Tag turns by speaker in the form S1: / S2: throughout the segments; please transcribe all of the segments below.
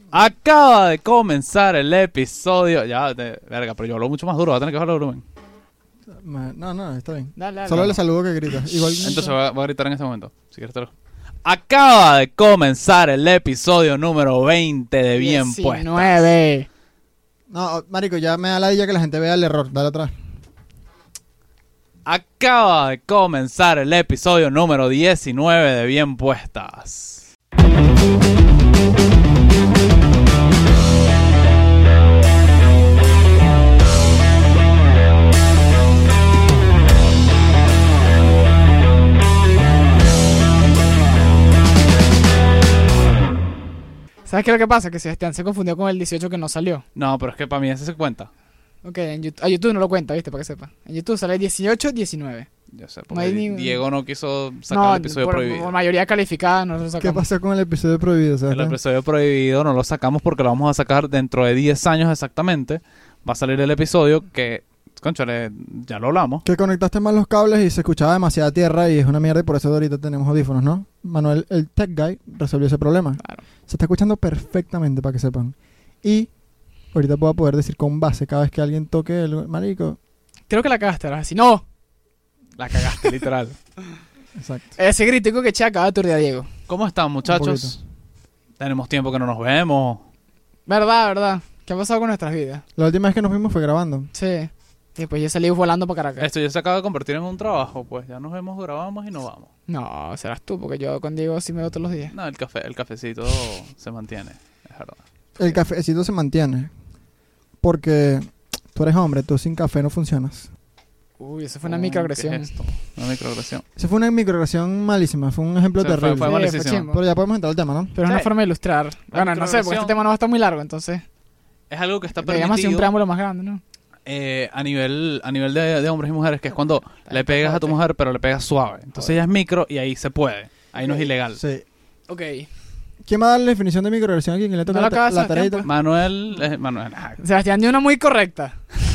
S1: Acaba de comenzar el episodio. Verga, pero yo hablo mucho más duro, va a tener que bajar el volumen.
S2: No, está bien.
S3: Dale.
S2: Solo le saludo que gritas. Igual.
S1: Entonces voy a gritar en este momento. Si quieres te lo... Acaba de comenzar el episodio número 20 de Bien
S3: 19.
S1: Puestas.
S2: No, marico, ya me da la idea que la gente vea el error. Dale atrás.
S1: Acaba de comenzar el episodio número 19 de Bien Puestas.
S3: ¿Sabes qué es lo que pasa? Que Sebastián se confundió con el 18 que no salió.
S1: No, pero es que para mí ese se cuenta.
S3: Ok, a YouTube no lo cuenta, ¿viste? Para que sepa. En YouTube sale 18, 19.
S1: Yo sé,
S3: No
S1: porque
S3: hay ni-
S1: Diego no quiso sacar el episodio prohibido.
S3: por mayoría calificada no lo
S2: ¿Qué
S3: sacamos.
S2: pasó con el episodio prohibido?
S1: El episodio prohibido no lo sacamos porque lo vamos a sacar dentro de 10 años exactamente. Va a salir el episodio que, cónchale, ya lo hablamos.
S2: Que conectaste mal los cables y se escuchaba demasiada tierra y es una mierda y por eso ahorita tenemos audífonos, ¿no? Manuel, el tech guy, resolvió ese problema.
S3: Claro.
S2: Se está escuchando perfectamente, para que sepan. Y ahorita puedo poder decir con base cada vez que alguien toque el marico.
S3: Creo que la cagaste, ahora sí. No,
S1: La cagaste, literal.
S2: Exacto.
S3: ese gritico que Che acaba de aturdir a Diego.
S1: ¿Cómo están, muchachos? Tenemos tiempo que no nos vemos.
S3: Verdad. ¿Qué ha pasado con nuestras vidas?
S2: La última vez que nos vimos fue grabando.
S3: Sí. Y después yo salí volando para Caracas.
S1: Esto ya se acaba de convertir en un trabajo, pues. Ya nos vemos, grabamos y nos vamos.
S3: No, serás tú, porque yo con Diego sí me veo todos los días.
S1: No, el cafecito se mantiene, es verdad.
S2: El cafecito se mantiene. Porque tú eres hombre, tú sin café no funcionas.
S3: Uy, eso fue una microagresión.
S1: ¿Qué es esto? Una microagresión.
S2: Esa fue una microagresión malísima, fue un ejemplo
S1: O sea,
S2: terrible.
S1: fue
S3: Sí,
S1: malísimo.
S3: fue chimbo.
S2: Pero ya podemos entrar al tema, ¿no?
S3: Pero es una
S1: Sí.
S3: forma de ilustrar. Bueno, no sé, porque
S1: microagresión.
S3: este tema no va a estar muy largo, entonces
S1: Es algo que está
S3: deberíamos hacer un
S1: permitido
S3: preámbulo más grande, ¿no?
S1: a nivel de hombres y mujeres, que es cuando le pegas a tu
S3: fuerte.
S1: mujer, pero le pegas suave. Entonces ya es micro y ahí se puede. Ahí no es ilegal.
S2: Sí.
S3: Ok.
S2: ¿Quién va a dar la definición de microagresión aquí? ¿Quién le toca
S3: No lo acaba
S2: la
S3: Sebastián,
S2: tareita?
S3: pues.
S1: Manuel
S3: Sebastián dio una muy correcta.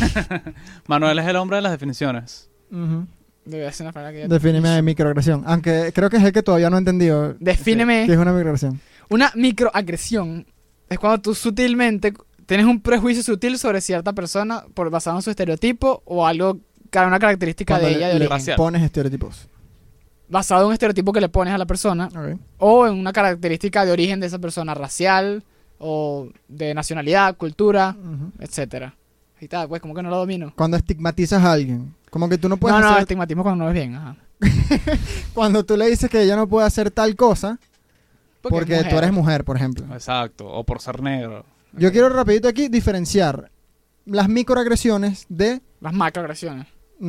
S1: Manuel es el hombre de las definiciones.
S2: Ujú.
S3: Debe ser una palabra que...
S2: Defíneme de microagresión. Aunque creo que es el que todavía no he entendido.
S3: Defíneme.
S2: ¿Qué es una microagresión?
S3: Una microagresión es cuando tú sutilmente tienes un prejuicio sutil sobre cierta persona basado en su estereotipo o algo, una característica
S2: Cuando
S3: de ella de
S2: le
S3: origen.
S1: racial.
S2: pones estereotipos.
S3: Basado en un estereotipo que le pones a la persona
S2: Ok.
S3: o en una característica de origen de esa persona, racial o de nacionalidad, cultura,
S2: Ujú.
S3: etcétera. Ahí está, pues como que no lo domino.
S2: Cuando estigmatizas a alguien. Como que tú no puedes
S3: No,
S2: hacer...
S3: estigmatismo cuando no ves bien, ajá.
S2: Cuando tú le dices que ella no puede hacer tal cosa porque
S3: es
S2: tú eres mujer, por ejemplo.
S1: Exacto. O por ser negro.
S2: Yo quiero rapidito aquí diferenciar las microagresiones de
S3: Las macroagresiones.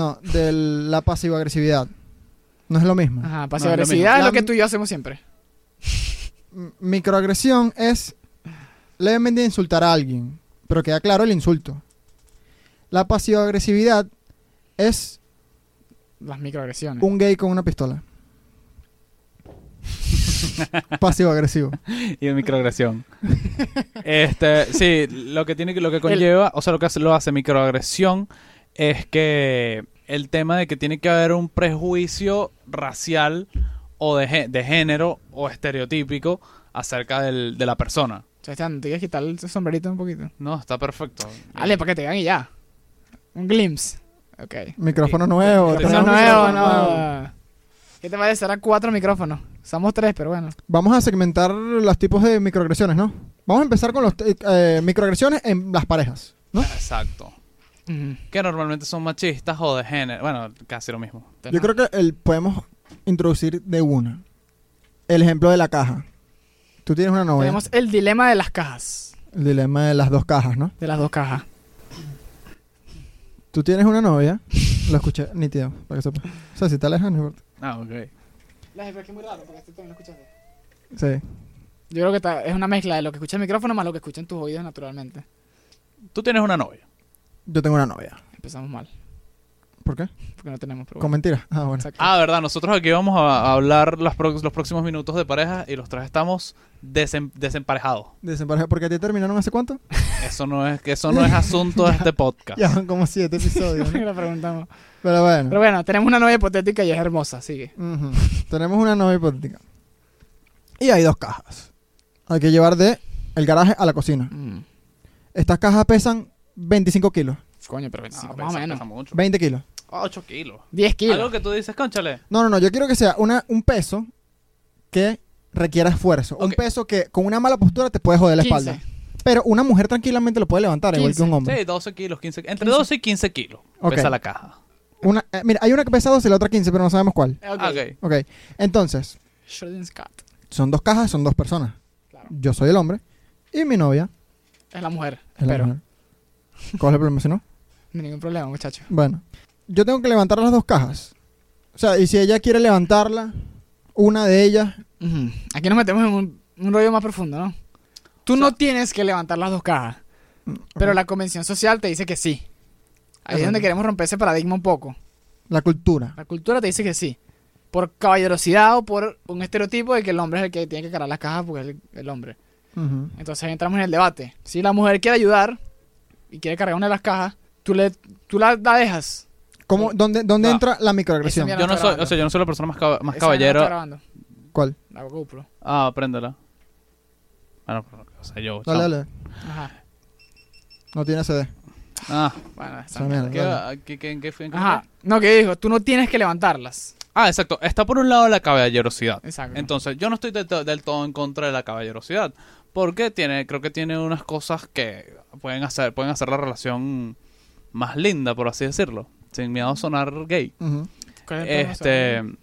S2: la pasivo-agresividad. No es lo mismo.
S3: Ajá,
S1: No,
S3: pasiva
S1: es lo
S3: agresividad
S1: mismo.
S3: es lo
S2: La-
S3: que tú y yo hacemos siempre.
S2: Microagresión es levemente insultar a alguien, pero queda claro el insulto. La pasivo-agresividad es
S3: Las microagresiones.
S2: un gay con una pistola. Pasivo-agresivo.
S1: Y de microagresión. Sí, lo que conlleva, o sea, lo hace microagresión es que el tema de que tiene que haber un prejuicio racial o de género o estereotípico acerca de la persona.
S3: Sebastián, te quieres quitar el sombrerito un poquito.
S1: No, está perfecto.
S3: Dale, para que te vean y ya. Un glimpse. Ok.
S2: Micrófono nuevo.
S1: Eso
S2: tenemos
S3: Eso
S2: micrófono
S3: nuevo,
S2: nuevo.
S3: no. ¿Qué te parece? Serán 4 micrófonos. Somos 3, pero bueno.
S2: Vamos a segmentar los tipos de microagresiones, ¿no? Vamos a empezar con los microagresiones en las parejas, ¿no?
S1: Exacto. Que normalmente son machistas o de género. Bueno, casi lo mismo.
S2: Yo creo que podemos introducir de una. El ejemplo de la caja. Tú tienes una novia.
S3: Tenemos el dilema de las cajas.
S2: El dilema de las dos cajas, ¿no?
S3: De las 2 cajas.
S2: Tú tienes una novia. Lo escuché nítido, para que sepa. O sea, si te alejas, no importa.
S1: Ah, ok.
S3: Es que es muy raro porque tú también lo escuchaste.
S2: Sí.
S3: Yo creo que es una mezcla de lo que escucha el micrófono más lo que escuchan tus oídos naturalmente.
S1: Tú tienes una novia.
S2: Yo tengo una novia.
S3: Empezamos mal.
S2: ¿Por qué?
S3: Porque no tenemos
S2: Con
S3: problema.
S2: mentiras. Ah, bueno.
S3: Exacto.
S1: Ah, verdad. Nosotros aquí vamos a hablar los próximos minutos de pareja y los tres estamos desemparejados.
S2: Desempareja. ¿Porque a ti terminaron hace cuánto?
S1: Eso no es asunto de este podcast.
S2: Ya van como 7 episodios,
S3: ¿Por qué
S2: ¿no?
S3: lo preguntamos?
S2: Pero bueno.
S3: Pero bueno, tenemos una novia hipotética y es hermosa, sigue.
S2: Ujú. Tenemos una novia hipotética. Y hay dos cajas. Hay que llevar de el garaje a la cocina. Estas cajas pesan 25 kilos,
S3: Coño, pero
S1: No,
S3: 25,
S1: pesa-
S3: más o menos.
S1: pesa mucho.
S2: 20 kilos.
S1: 8 kilos.
S3: 10 kilos.
S1: Algo que tú dices, cónchale.
S2: No, yo quiero que sea un peso que requiera esfuerzo. Un
S1: Ok.
S2: peso que con una mala postura te puede joder la
S3: 15.
S2: espalda. Pero una mujer tranquilamente lo puede levantar, igual que
S3: 15.
S2: un hombre.
S1: Sí, 12 kilos, 15. Entre
S3: 15.
S1: 12 y 15 kilos
S2: Ok.
S1: pesa la caja.
S2: Mira, hay una que pesa 12 y la otra 15, pero no sabemos cuál.
S3: Ok.
S1: Ah, ok.
S2: Ok, entonces,
S3: Short Scott.
S2: son dos cajas, son dos personas.
S3: Claro.
S2: Yo soy el hombre y mi novia
S3: Es la mujer.
S2: es la
S3: Espero.
S2: mujer. ¿Cuál es el problema si no?
S3: Ningún problema, muchacho.
S2: Bueno, yo tengo que levantar las dos cajas. O sea, y si ella quiere levantarla, una de ellas...
S3: Ujú. Aquí nos metemos en un rollo más profundo, ¿no? Tú
S1: O sea-
S3: no tienes que levantar las dos cajas, pero la convención social te dice que sí. Ahí es
S2: Exacto.
S3: donde queremos romper ese paradigma un poco.
S2: La cultura.
S3: La cultura te dice que sí. Por caballerosidad o por un estereotipo de que el hombre es el que tiene que cargar las cajas porque es el hombre.
S2: Ujú.
S3: Entonces ahí entramos en el debate. Si la mujer quiere ayudar y quiere cargar una de las cajas, tú la dejas.
S2: ¿Cómo, ¿Dónde
S1: Ah.
S2: entra la microagresión?
S3: Esa
S1: Yo no
S3: está
S1: soy,
S3: grabando.
S1: o sea, yo no soy la persona más
S3: Esa no está
S1: caballero.
S3: grabando.
S2: ¿Cuál?
S3: La GoPro.
S1: Ah, préndela. Bueno, pero, o sea, yo.
S2: Dale,
S1: chamo.
S2: dale.
S3: Ajá.
S2: No tiene CD.
S1: Ah,
S3: Bueno, esa
S2: Esa mierda.
S1: ¿qué, en qué fue?
S3: Ajá. No, que dijo, tú no tienes que levantarlas.
S1: Ah, exacto. Está por un lado la caballerosidad.
S3: Exacto.
S1: Entonces, yo no estoy del todo en contra de la caballerosidad. Porque creo que tiene unas cosas que pueden hacer la relación más linda, por así decirlo. Sin miedo a sonar gay.
S2: Ujú.
S3: ¿Cuál es el problema?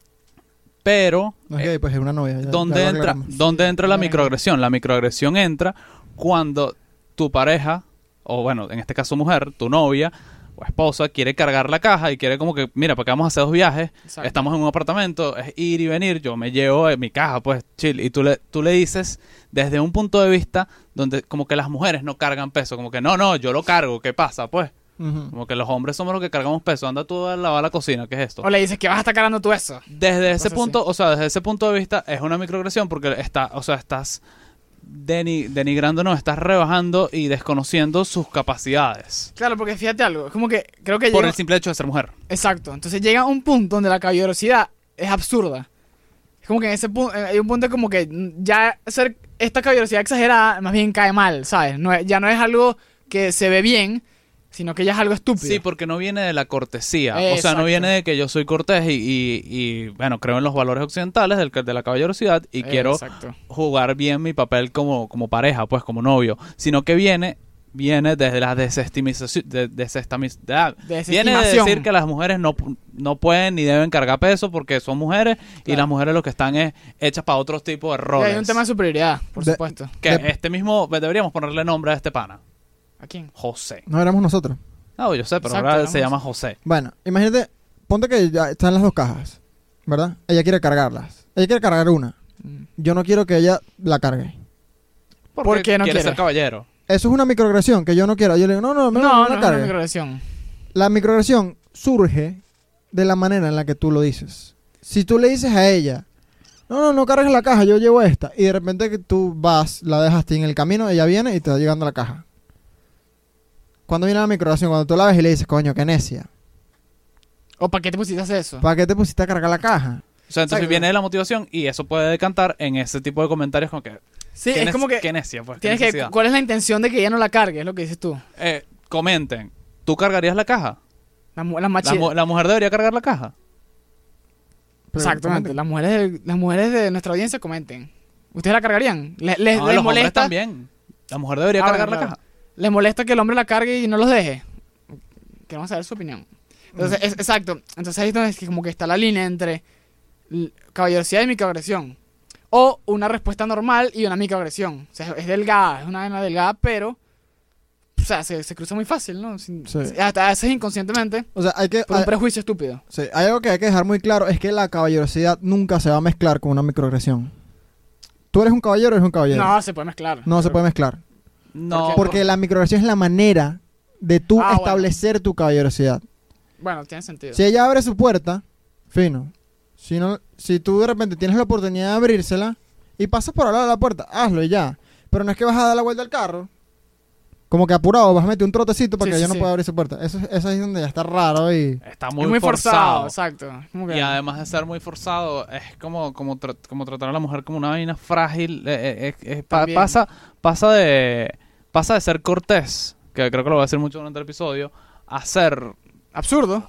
S1: Pero,
S2: No es gay, pues es una novia. ya
S1: ¿dónde
S2: lo
S1: entra,
S2: aclaramos.
S1: ¿dónde entra la
S3: Bueno.
S1: microagresión? La microagresión entra cuando tu pareja, o bueno, en este caso mujer, tu novia o esposa, quiere cargar la caja y quiere como que, mira, para que vamos a hacer 2 viajes,
S3: Exacto.
S1: estamos en un apartamento, es ir y venir, yo me llevo mi caja, pues chill, y tú le dices desde un punto de vista donde como que las mujeres no cargan peso, como que no, yo lo cargo, ¿qué pasa? Pues,
S2: Ujú.
S1: como que los hombres somos los que cargamos peso, anda tú a lavar la cocina, ¿qué es esto?
S3: O le dices que vas a estar cargando tú eso.
S1: Desde ese
S3: Cosas
S1: punto, o sea, desde ese punto de vista es una microagresión porque estás denigrando, no, estás rebajando y desconociendo sus capacidades
S3: Claro, porque fíjate algo. Es como que creo que
S1: por
S3: llega...
S1: el simple hecho de ser mujer.
S3: Exacto. Entonces llega un punto donde la caballerosidad es absurda. Es como que en ese punto, hay un punto como que ya ser esta caballerosidad exagerada más bien cae mal, ¿sabes? Ya no es algo que se ve bien, sino que ya es algo estúpido.
S1: Sí, porque no viene de la cortesía. O sea,
S3: Exacto.
S1: no viene de que yo soy cortés y, bueno, creo en los valores occidentales de la caballerosidad y quiero
S3: Exacto.
S1: jugar bien mi papel como pareja, pues como novio. Sino que viene desde la desestimización. Viene de
S3: Desestimación.
S1: decir que las mujeres no pueden ni deben cargar peso porque son mujeres y
S3: Claro.
S1: las mujeres lo que están es hechas para otros tipos de
S3: Y
S1: roles.
S3: hay un tema de superioridad, por
S2: De-
S3: supuesto.
S1: Que
S2: de-
S1: este mismo, deberíamos ponerle nombre a este pana.
S3: ¿A quién?
S1: José.
S2: No éramos nosotros.
S1: No, yo sé, pero
S3: Exacto,
S1: ahora se
S3: éramos-
S1: llama José.
S2: Bueno, imagínate, ponte que ya están las dos cajas, ¿verdad? Ella quiere cargarlas. Ella quiere cargar una.
S3: Mm.
S2: Yo no quiero que ella la cargue.
S3: ¿Por qué no
S1: quiere
S3: quiere?
S1: ser caballero.
S2: Eso es una microagresión que yo no quiero. Yo le digo, no
S3: No,
S2: la
S3: no es
S2: cargue.
S3: una microagresión.
S2: La microagresión surge de la manera en la que tú lo dices. Si tú le dices a ella, no cargues la caja, yo llevo esta, y de repente que tú vas, la dejaste en el camino, ella viene y te va llegando la caja. ¿Cuándo viene la microagresión? Cuando tú la ves y le dices, coño, qué necia.
S3: ¿O para qué te pusiste a hacer eso?
S2: ¿Para qué te pusiste a cargar la caja?
S1: O sea, entonces
S3: Exacto.
S1: viene de la motivación y eso puede decantar en ese tipo de comentarios como que...
S3: Sí,
S1: ¿qué
S3: es como que
S1: qué necia, pues, qué
S3: tienes que...
S1: necesidad.
S3: ¿Cuál es la intención de que ella no la cargue? Es lo que dices tú.
S1: Comenten. ¿Tú cargarías la caja?
S3: Las
S1: ¿La, la mujer debería cargar la caja?
S2: Pero,
S3: Exactamente. Las mujeres de nuestra audiencia comenten. ¿Ustedes la cargarían? ¿Les
S1: No, los hombres
S3: molesta?
S1: también. La mujer debería
S3: Ah,
S1: cargar
S3: bueno,
S1: la
S3: claro.
S1: caja.
S3: ¿Les molesta que el hombre la cargue y no los deje? Queremos saber su opinión. Entonces, exacto. Entonces ahí es donde es que como que está la línea entre caballerosidad y microagresión. O una respuesta normal y una microagresión. O sea, es delgada, es una vaina delgada, pero... O sea, se cruza muy fácil, ¿no?
S2: Sí.
S3: Hasta a veces inconscientemente
S2: O sea,
S3: por un prejuicio estúpido.
S2: sí, hay algo que hay que dejar muy claro, es que la caballerosidad nunca se va a mezclar con una microagresión. ¿Tú eres un caballero o eres un caballero?
S3: No, se puede mezclar.
S2: No se puede mezclar.
S1: No.
S2: Porque la microagresión es la manera de tú
S3: Ah,
S2: establecer tu caballerosidad.
S3: Bueno, tiene sentido.
S2: Si ella abre su puerta, fino. Si tú de repente tienes la oportunidad de abrírsela y pasas por al lado de la puerta, hazlo y ya. Pero no es que vas a dar la vuelta al carro como que apurado, vas a meter un trotecito para
S3: Sí,
S2: que
S3: sí,
S2: ella no
S3: sí.
S2: pueda abrir su puerta. Eso ahí es donde ya está raro y...
S1: Está
S3: Es
S1: muy,
S3: muy forzado,
S1: forzado.
S3: exacto. Como que-
S1: Y además de ser muy forzado, es como tratar a la mujer como una vaina frágil.
S3: También.
S1: Pasa de ser cortés, que creo que lo voy a decir mucho durante el episodio, a
S3: Absurdo.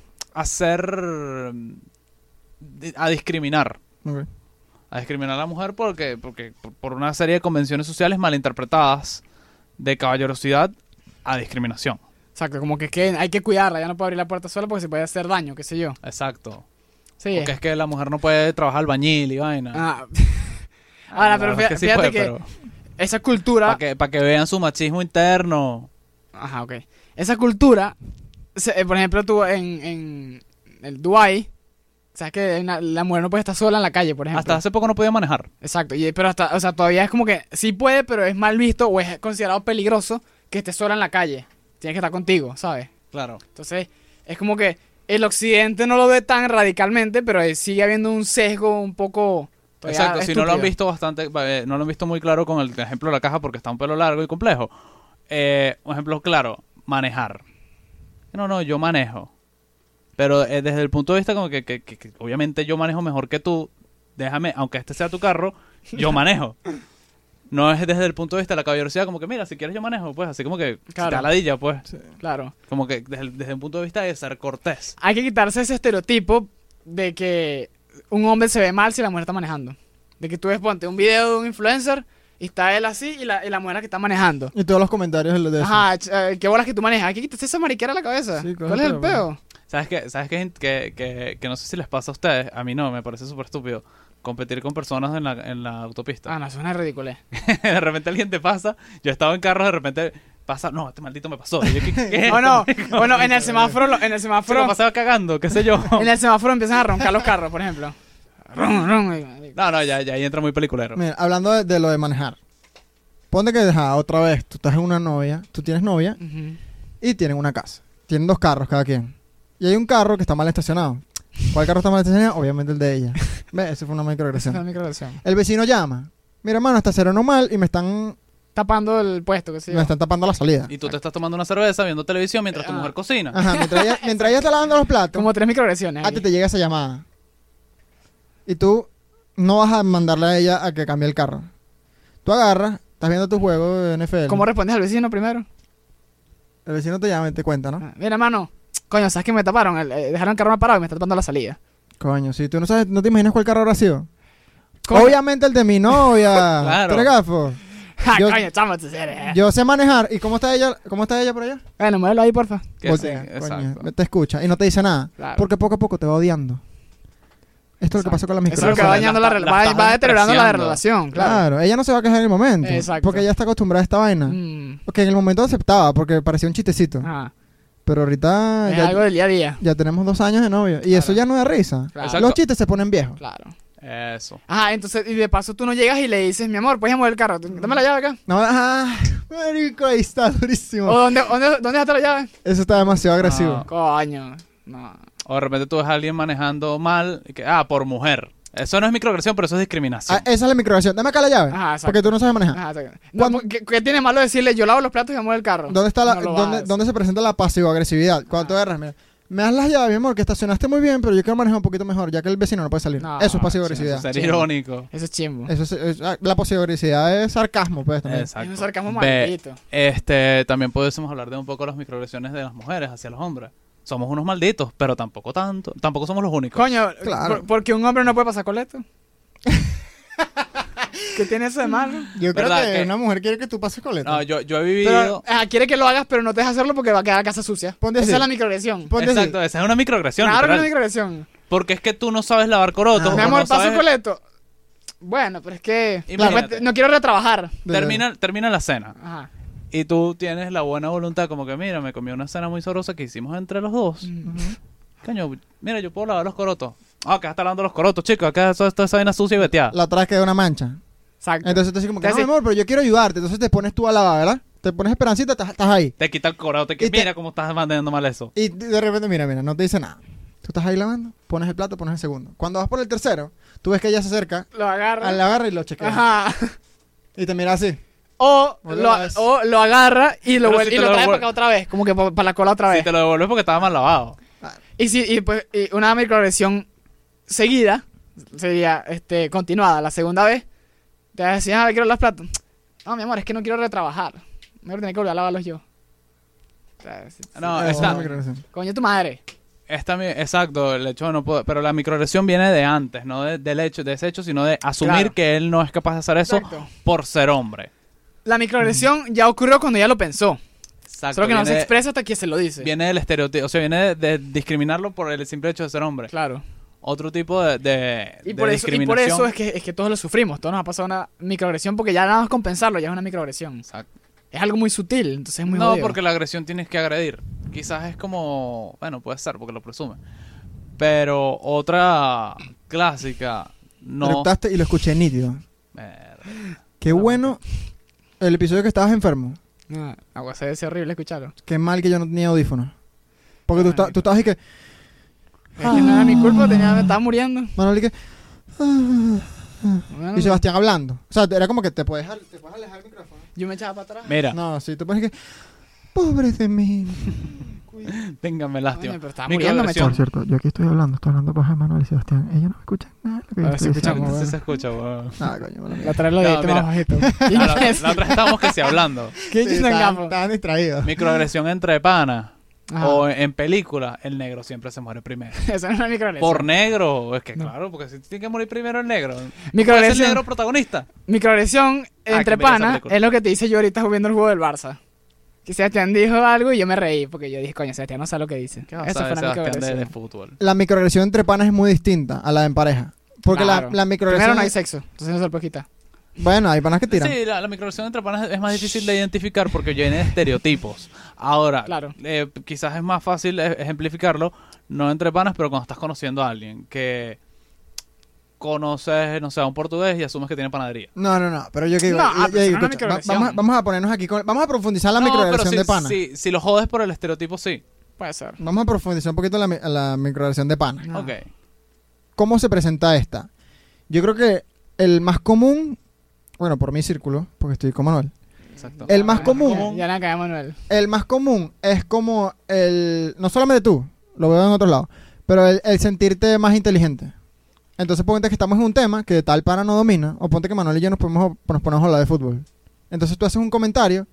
S1: a discriminar.
S2: Ok.
S1: A discriminar a la mujer porque por una serie de convenciones sociales malinterpretadas de caballerosidad a discriminación.
S3: Exacto, como que hay que cuidarla, ya no puede abrir la puerta sola porque se puede hacer daño, qué sé yo.
S1: Exacto.
S3: Sí.
S1: Porque es que la mujer no puede trabajar albañil y vaina.
S3: Ah. Ahora,
S1: La
S3: pero
S1: verdad es
S3: fíjate,
S1: sí puede,
S3: que esa cultura...
S1: para que vean su machismo interno.
S3: Ajá, ok. Esa cultura, por ejemplo, tú en el Dubái, sabes que la mujer no puede estar sola en la calle, por ejemplo.
S1: Hasta hace poco no podía manejar.
S3: Exacto, pero hasta, o sea, todavía es como que sí puede, pero es mal visto o es considerado peligroso que esté sola en la calle. Tiene que estar contigo, ¿sabes?
S1: Claro.
S3: Entonces, es como que el occidente no lo ve tan radicalmente, pero sigue habiendo un sesgo un poco... todavía
S1: Exacto, si no lo han
S3: estúpido.
S1: visto bastante, no lo han visto muy claro con el ejemplo de la caja porque está un pelo largo y complejo. Un ejemplo claro, manejar. No, yo manejo. Pero desde el punto de vista como que obviamente yo manejo mejor que tú, déjame, aunque este sea tu carro, yo manejo. No es desde el punto de vista de la caballerosidad como que mira, si quieres yo manejo, pues así como que si te
S3: Claro.
S1: da ladilla, pues.
S3: Claro.
S1: Como que desde un punto de vista de ser cortés.
S3: Hay que quitarse ese estereotipo de que un hombre se ve mal si la mujer está manejando. De que tú ves, ponte un video de un influencer y está él así y la mujer que está manejando.
S2: Y todos los comentarios de eso.
S3: Ajá, qué bolas que tú manejas. Hay que quitarse esa mariquera a la cabeza.
S2: Sí,
S3: ¿Cuál es el peo?
S1: ¿Sabes qué? Que no sé si les pasa a ustedes, a mí no, me parece súper estúpido competir con personas en la autopista.
S3: Ah, no, eso es una ridiculez.
S1: De repente alguien te pasa, yo estaba en carro, de repente pasa, no, este maldito me pasó. Y yo, ¿qué es
S3: O no,
S1: esto?
S3: o no, en el semáforo,
S1: Se lo pasaba cagando, qué sé yo.
S3: en el semáforo empiezan a roncar los carros, por ejemplo. Ron, ron, y-
S1: No, ya ahí entra muy peliculero.
S2: Mira, hablando de lo de manejar. Ponte que otra vez, tú estás en una novia, tú tienes novia
S3: Ujú.
S2: y tienen una casa. Tienen 2 carros cada quien. Y hay un carro que está mal estacionado. ¿Cuál carro está mal estacionado? Obviamente el de ella. ¿Ves? Esa fue una
S3: Esa es la
S2: microagresión.
S3: microagresión.
S2: El vecino llama. Mira, hermano, estacionó mal y me están
S3: Tapando el puesto, que sí.
S2: tapando la salida.
S1: Y tú te estás tomando una cerveza, viendo televisión mientras tu
S3: Ah.
S1: mujer cocina.
S2: Ajá, mientras ella está lavando los platos,
S3: Como 3 microagresiones.
S2: a
S3: ahí.
S2: ti te llega esa llamada. Y tú no vas a mandarle a ella a que cambie el carro. Tú agarras, estás viendo tu juego de NFL.
S3: ¿Cómo respondes al vecino primero?
S2: El vecino te llama y te cuenta, ¿no?
S3: Ah, mira, hermano, coño, ¿sabes que me taparon? Dejaron el carro mal parado y me está tapando la salida.
S2: Coño, si tú no sabes, no te imaginas cuál carro habrá sido.
S3: Coño.
S2: Obviamente el de mi novia.
S1: Claro.
S2: ¿Tú eres gafo?
S3: Ja,
S2: Yo-
S3: coño, chamo, tú eres.
S2: Yo sé manejar. ¿Y cómo está ella? ¿Cómo está ella por allá?
S3: Bueno, muévelo ahí, porfa.
S1: Que
S2: Voltea,
S1: sí,
S2: coño,
S1: exacto.
S2: te escucha y no te dice nada.
S3: Claro.
S2: Porque poco a poco te va odiando. Esto es lo que pasó con la
S3: Eso es lo que
S2: microagresión.
S3: va dañando
S1: La
S3: la
S1: estás
S3: relación. Va deteriorando la
S1: despreciando.
S3: relación, claro.
S2: Claro, ella no se va a quejar en el momento.
S3: Exacto.
S2: Porque ella está acostumbrada a esta vaina. Porque en el momento aceptaba, porque parecía un chistecito.
S3: Ajá.
S2: Pero ahorita
S3: Es
S2: ya,
S3: algo del día a día.
S2: ya tenemos 2 años de novio. Y eso ya no da risa.
S3: Claro.
S1: Exacto.
S2: Los chistes se ponen viejos.
S3: Claro.
S1: Eso.
S3: Ajá, entonces, y de paso tú no llegas y le dices, mi amor, ¿puedes mover el carro? Dame la llave acá.
S2: No, marico, ahí está durísimo.
S3: ¿O dónde dejaste la llave?
S2: Eso está demasiado agresivo.
S1: No.
S3: Coño. No.
S1: O de repente tú ves a alguien manejando mal, y que, por mujer. Eso no es microagresión, pero eso es discriminación.
S2: Ah, esa es la microagresión. Dame acá la llave.
S3: Ajá, exacto.
S2: Porque tú no sabes manejar.
S3: Ajá, exacto.
S2: ¿Cuándo-
S3: ¿Qué tiene malo decirle, yo lavo los platos y me muevo el carro?
S2: ¿Dónde está
S3: No lo hagas.
S2: dónde se presenta la pasivo-agresividad? Cuando tú agarras, mira, me das las llaves, mi amor, que estacionaste muy bien, pero yo quiero manejar un poquito mejor, ya que el vecino no puede salir.
S3: No,
S2: Eso es
S1: Eso
S2: pasivo-agresividad.
S1: es ser
S3: Sí.
S1: irónico.
S3: Eso es chimbo.
S2: La pasivo-agresividad es sarcasmo, pues, también.
S1: Exacto.
S3: Es un sarcasmo
S1: Ve,
S3: maldito.
S1: también pudiésemos hablar de un poco las microagresiones de las mujeres hacia los hombres. Somos unos malditos, pero tampoco tanto. Tampoco somos los únicos.
S3: Coño,
S2: Claro.
S3: porque un hombre no puede pasar coleto. ¿Qué tiene eso de malo?
S2: Yo creo
S1: ¿Verdad
S2: que
S1: que-
S2: una mujer quiere que tú pases coleta.
S1: No, yo he
S3: Pero
S1: vivido...
S3: quiere que lo hagas, pero no te deja hacerlo porque va a quedar la casa sucia.
S2: Ponte
S3: Esa
S2: así.
S3: es la microagresión.
S2: Ponte así.
S1: Exacto, esa es una microagresión.
S3: Claro que es
S1: literal.
S3: una microagresión.
S1: Porque es que tú no sabes lavar corotos.
S2: Ah.
S1: o
S3: Mi
S1: no
S3: amor, paso
S1: sabes-
S3: coleto. Bueno, pero es que
S1: Imagínate.
S3: después no quiero retrabajar.
S1: Termina la cena.
S3: Ajá.
S1: Y tú tienes la buena voluntad como que, mira, me comí una cena muy sabrosa que hicimos entre los dos.
S3: Mm.
S1: Coño, mira, yo puedo lavar los corotos. Ah, que está lavando los corotos, chicos. Acá eso toda esa vaina sucia y veteada.
S2: La otra vez queda una mancha.
S3: Exacto.
S2: Entonces tú dices como que,
S3: Te
S2: no, mi
S3: hace-
S2: amor, pero yo quiero ayudarte. Entonces te pones tú a lavar, ¿verdad? Te pones esperancita, estás ahí.
S1: Te quita el coroto.
S2: Y te-
S1: Mira cómo estás manteniendo mal eso.
S2: Y de repente, mira, no te dice nada. Tú estás ahí lavando, pones el plato, pones el segundo. Cuando vas por el tercero, tú ves que ella se acerca,
S3: Lo agarra.
S2: la agarra y lo chequea.
S3: Ajá.
S2: Y te mira así.
S3: O lo agarra y lo,
S1: Pero si
S3: y
S1: te
S3: lo
S1: lo
S3: trae
S1: devuelve-
S3: para acá otra vez. Como que para la cola otra
S1: Si
S3: vez.
S1: te lo devuelves porque estaba mal lavado.
S3: Pues, y una microagresión seguida sería continuada. La segunda vez te vas a decir, quiero las platos. No, mi amor, es que no quiero retrabajar. Mejor tener que volver a lavarlos yo. O sea,
S1: No,
S2: Es
S1: está,
S2: una microagresión.
S3: coño, tu madre.
S1: exacto, el hecho de no poder, pero la microagresión viene de antes, no del hecho, de ese hecho, sino de asumir
S3: Claro.
S1: que él no es capaz de hacer eso
S3: Exacto.
S1: por ser hombre.
S3: La microagresión ya ocurrió cuando ya lo pensó.
S1: Exacto.
S3: Solo que no se
S1: viene-
S3: expresa hasta que se lo dice.
S1: Viene del estereotipo, o sea, viene de discriminarlo por el simple hecho de ser hombre.
S3: Claro.
S1: Otro tipo de
S3: Y por
S1: discriminación.
S3: eso es que todos lo sufrimos. Todos nos ha pasado una microagresión porque ya nada más con pensarlo ya es una microagresión.
S1: Exacto.
S3: Es algo muy sutil, entonces es muy
S1: No,
S3: jodido.
S1: porque la agresión tienes que agredir. Quizás es como, bueno, puede ser porque lo presume. Pero otra clásica, no.
S2: Eructaste y lo escuché nítido.
S1: Mierda.
S2: Qué bueno el episodio que estabas enfermo.
S3: No, agua, se ve horrible escucharlo.
S2: Qué mal que yo no tenía audífonos. Porque tú estabas y que...
S3: Es que no era mi culpa, me estaba muriendo.
S2: Manuel y que...
S3: Bueno,
S2: Y Sebastián hablando. O sea, era como que te puedes alejar el micrófono.
S3: yo me echaba para atrás.
S1: Mira,
S2: No, sí, tú pones que... Pobre de mí.
S1: ténganme lástima.
S3: Coño, pero estaba muriéndome,
S1: Microagresión.
S2: Por cierto, yo aquí estoy hablando paja de Manuel y Sebastián. Ellos no me escuchan nada de lo que yo
S3: Ahora sí
S2: estoy
S3: escuchamos,
S2: diciendo.
S1: Sí se escucha, weón.
S2: Ah, coño, mala mía.
S3: La otra vez lo
S1: No,
S3: dijiste
S1: mira.
S3: más bajito.
S1: La otra estábamos que sí hablando.
S3: ¿Qué
S2: Sí,
S3: hizo en campo?
S2: estaban distraídos.
S1: Microagresión entre panas
S3: Ajá.
S1: o en películas, el negro siempre se muere primero.
S3: Eso no es una microagresión.
S1: Por negro, es que
S3: No.
S1: claro, porque si tiene que morir primero el negro. ¿Puede ser el
S3: Microagresión,
S1: negro protagonista?
S3: microagresión entre
S1: que mira esa
S3: panas
S1: película.
S3: es lo que te hice yo ahorita viendo el juego del Barça. Que Sebastián dijo algo y yo me reí porque yo dije, coño, Sebastián no sabe lo que dice.
S1: ¿Qué vas a
S3: Eso
S1: saber,
S3: fue una
S1: Sebastián, de
S3: microagresión.
S1: fútbol?
S2: La microagresión entre panas es muy distinta a la de en pareja. Porque
S3: Claro.
S2: la microagresión...
S3: Primero no hay sexo, entonces no se lo puedes quitar.
S2: Bueno, hay panas que tiran.
S1: Sí, la microagresión entre panas es más difícil de identificar porque viene de estereotipos. Ahora,
S3: Claro.
S1: quizás es más fácil ejemplificarlo, no entre panas, pero cuando estás conociendo a alguien que conoces, no sé, a un portugués y asumes que tiene panadería.
S2: No, pero yo que digo,
S3: No,
S2: yo
S3: pero
S2: digo,
S3: eso no es
S2: escucha,
S3: microagresión.
S2: vamos a ponernos aquí vamos a profundizar en la
S1: No,
S2: microagresión
S1: pero
S2: de pana.
S1: si lo jodes por el estereotipo, sí.
S3: Puede ser.
S2: Vamos a profundizar un poquito en la microagresión de pana.
S3: No.
S1: Ok.
S2: ¿Cómo se presenta esta? Yo creo que el más común, bueno, por mi círculo, porque estoy con Manuel.
S1: Exacto.
S2: El más común.
S3: Ya le cae a Manuel.
S2: El más común es como no solamente tú, lo veo en otros lados, pero el sentirte más inteligente. Entonces ponte que estamos en un tema que tal pana no domina, o ponte que Manuel y yo nos ponemos a hablar de fútbol. Entonces tú haces un comentario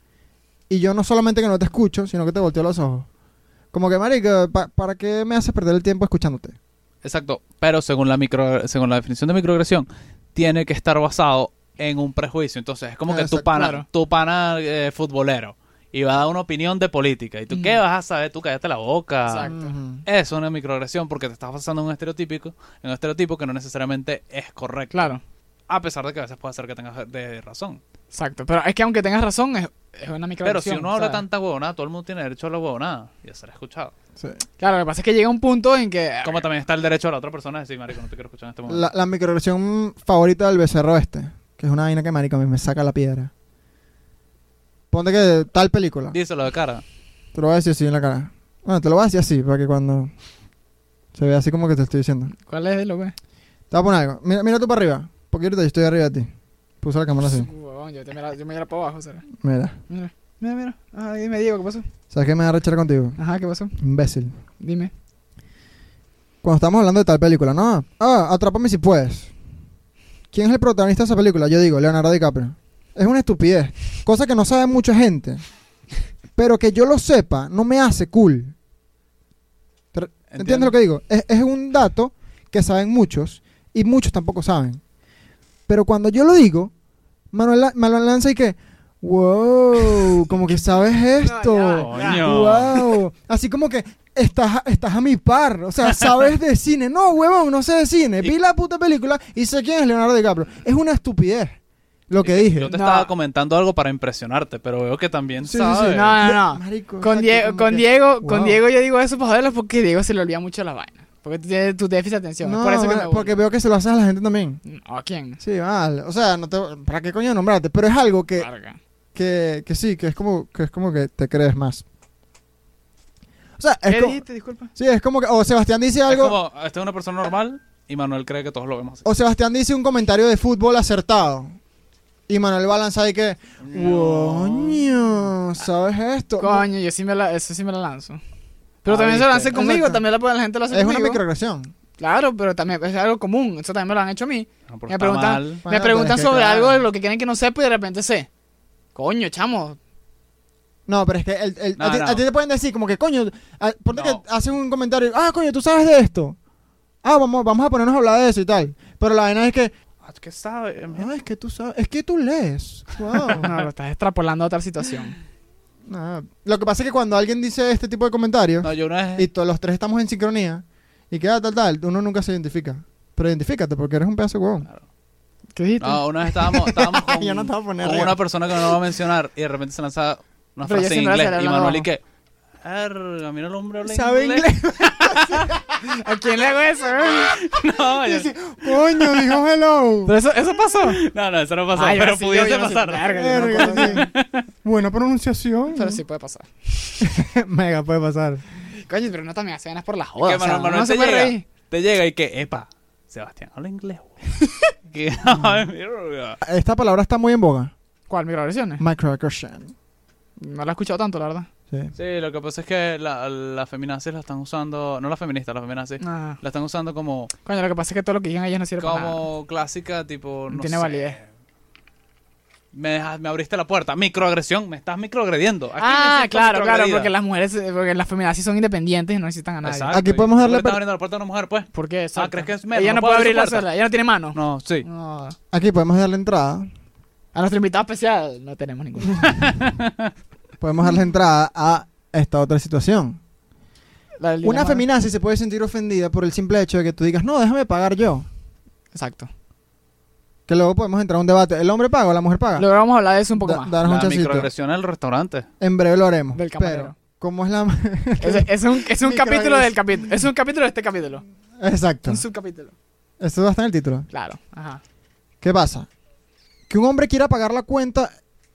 S2: y yo no solamente que no te escucho, sino que te volteo los ojos. Como que, marico, ¿para qué me haces perder el tiempo escuchándote?
S1: Exacto. Pero según la definición de microagresión, tiene que estar basado en un prejuicio. Entonces es como que
S2: Exacto,
S3: claro.
S1: tu pana futbolero y va a dar una opinión de política. ¿Y tú qué vas a saber? Tú cállate la boca.
S3: Exacto.
S2: Ujú.
S1: Eso es una microagresión porque te estás basando en un estereotipo que no necesariamente es correcto.
S3: Claro.
S1: A pesar de que a veces puede ser que tengas de razón.
S3: Exacto. Pero es que aunque tengas razón, es una
S1: Pero
S3: microagresión.
S1: si uno habla
S3: ¿sabes?
S1: tanta huevonada, todo el mundo tiene derecho a la huevonada y a ser escuchado.
S2: Sí.
S3: Claro, lo que pasa es que llega un punto en que...
S1: Como también está el derecho de la otra persona a decir, marico, no te quiero escuchar en este momento.
S2: La microagresión favorita del becerro que es una vaina que, marico, a mí me saca la piedra. Ponte que tal película.
S1: Díselo de cara.
S2: Te lo voy a decir así en la cara. Bueno, te lo voy a decir así, para que cuando se vea así como que te estoy diciendo.
S3: ¿Cuál es lo que?
S2: Te voy a poner algo. Mira tú para arriba. Porque ahorita yo estoy arriba de ti. Puse la cámara así.
S3: Huevón, yo me miro para abajo, ¿sabes?
S2: Mira.
S3: Mira. Ajá, dime, Diego, ¿qué pasó?
S2: ¿Sabes qué me da rechera contigo?
S3: Ajá, ¿qué pasó?
S2: Imbécil.
S3: Dime.
S2: Cuando estamos hablando de tal película, no. Atrápame si puedes. ¿Quién es el protagonista de esa película? Yo digo, Leonardo DiCaprio. Es una estupidez. Cosa que no sabe mucha gente. Pero que yo lo sepa no me hace cool. ¿Entiendes lo que digo? Es un dato que saben muchos y muchos tampoco saben. Pero cuando yo lo digo, Manuel lanza y que, wow, como que sabes esto.
S3: No, ya,
S1: Coño.
S2: Wow. Así como que estás a mi par. O sea, sabes de cine. No, huevón, no sé de cine. Vi la puta película y sé quién es Leonardo DiCaprio. Es una estupidez lo que dije.
S1: Yo te
S3: No.
S1: estaba comentando algo para impresionarte, pero veo que también
S2: Sí, sí,
S1: sabes.
S2: sí.
S3: No.
S2: Marico,
S3: Con
S2: exacto, como que-
S3: Diego,
S2: wow.
S3: con Diego yo digo eso para joderlo porque Diego se le olvida mucho la vaina. Porque tú tienes tu déficit de atención.
S2: No,
S3: es por eso que
S2: bueno,
S3: me burlo.
S2: porque veo que se lo haces a la gente también.
S3: ¿A quién?
S2: Sí, vale. O sea, ¿para qué coño nombrarte? Pero es algo
S3: Larga.
S2: que sí, que es como que te crees más. O sea, es
S3: ¿Qué
S2: como,
S3: dijiste? Disculpa.
S2: sí, es como que o Sebastián dice
S1: Es
S2: algo
S1: como, esta es una persona normal y Manuel cree que todos lo vemos así.
S2: o Sebastián dice un comentario de fútbol acertado. Y Manuel va a lanzar ahí que, coño, ¿sabes esto?
S3: Coño, yo sí eso sí me la lanzo. Pero también se
S1: ¿viste?
S3: lo lancé conmigo,
S2: Exacto.
S3: también la gente lo hace
S2: Es
S3: conmigo.
S2: una microagresión.
S3: Claro, pero también es algo común. Eso también me lo han hecho a mí.
S1: No, pero
S3: Me
S1: está
S3: preguntan,
S1: mal.
S2: Bueno,
S3: me
S2: pero
S3: preguntan
S2: es que,
S3: sobre
S2: claro.
S3: algo de lo que quieren que no sepa y de repente sé. Coño, chamo.
S2: No, pero es que
S1: No,
S2: a
S1: no.
S2: ti te pueden decir como que, coño, ponte
S1: No.
S2: que hacen un comentario, coño, ¿tú sabes de esto? Vamos a ponernos a hablar de eso y tal. Pero la vaina es que,
S1: ¿Qué sabe?
S2: es que tú sabes, es que tú lees. Wow.
S3: No, lo estás extrapolando a otra situación.
S2: Nah, lo que pasa es que cuando alguien dice este tipo de comentarios
S1: No, yo una vez...
S2: y todos los tres estamos en sincronía y queda tal, uno nunca se identifica. Pero identifícate porque eres un pedazo de huevón.
S3: ¿Qué dijiste?
S1: No, una vez estábamos con,
S2: Yo no te voy a poner
S1: con
S2: arriba.
S1: una persona que no lo va a mencionar y de repente se lanza una
S3: Pero yo
S1: frase en
S3: siempre la
S1: inglés
S3: estaré
S1: y
S3: hablando
S1: Manuel y
S3: abajo.
S1: que... Erga, mira el hombre habla
S2: ¿Sabe inglés?
S3: ¿A quién le hago eso?
S1: No,
S2: Y
S1: yo-
S2: dice, coño, dijo hello.
S3: Pero eso pasó.
S1: no, eso no pasó,
S3: Ay,
S1: pero
S3: sí,
S1: pudiese
S3: yo no sé,
S1: pasar.
S3: verga, yo no me
S2: Verga,
S3: acuerdo.
S2: sí. Buena pronunciación.
S3: Pero sí puede pasar.
S2: Mega puede pasar.
S3: Coño, pero no también hacen por la joda.
S1: Que
S3: O sea,
S1: Manuel
S3: uno se
S1: te
S3: puede
S1: llega,
S3: reír.
S1: te llega y que, epa, Sebastián habla inglés, güey. Que, ay, mierda.
S2: Esta palabra está muy en boga.
S3: ¿Cuál? ¿Microagresiones?
S2: Microaggression.
S3: No la he escuchado tanto, la verdad.
S2: Sí.
S1: Sí, lo que pasa es que las feminazis la están usando, no las feministas, las feminazis,
S3: Ah.
S1: la están usando como,
S3: Coño, lo que pasa es que todo lo que digan ellas no sirve para nada.
S1: como clásica, tipo,
S3: No
S1: no
S3: tiene
S1: sé.
S3: validez.
S1: Me abriste la puerta, microagresión, me estás microagrediendo. Aquí me
S3: Ah,
S1: siento
S3: claro, claro,
S1: microagredida.
S3: porque las mujeres, porque las feminazis son independientes y no necesitan a nadie.
S1: Exacto.
S2: Aquí podemos
S1: ¿Y
S2: darle
S1: por qué estás
S2: per-
S1: abriendo la puerta a una mujer, pues?
S3: ¿Por qué? Exacto.
S1: ¿crees que es menos?
S3: Ella
S1: ¿No
S3: no
S1: puede
S3: puede
S1: abrir
S3: abrir
S1: su
S3: la
S1: puerta?
S3: sola, ella no tiene mano.
S1: No, sí.
S3: No.
S2: Aquí podemos darle entrada.
S3: A nuestro invitado especial no tenemos ninguno.
S2: Podemos darle entrada a esta otra situación.
S3: La del
S2: Una
S3: dilema-
S2: feminazi se puede sentir ofendida por el simple hecho de que tú digas, no, déjame pagar yo.
S3: Exacto.
S2: Que luego podemos entrar a un debate. ¿El hombre paga o la mujer paga?
S3: Luego vamos a hablar de eso un poco más.
S2: Danos un
S1: La
S2: chancito.
S1: microagresión en el restaurante.
S2: En breve lo haremos.
S3: Del camarero.
S2: Pero, ¿cómo es la...?
S3: Es un capítulo
S2: Microagresión.
S3: del capítulo. Es un capítulo de este capítulo.
S2: Exacto.
S3: Un subcapítulo.
S2: Eso va a estar en el título.
S3: Claro. Ajá.
S2: ¿Qué pasa? Que un hombre quiera pagar la cuenta...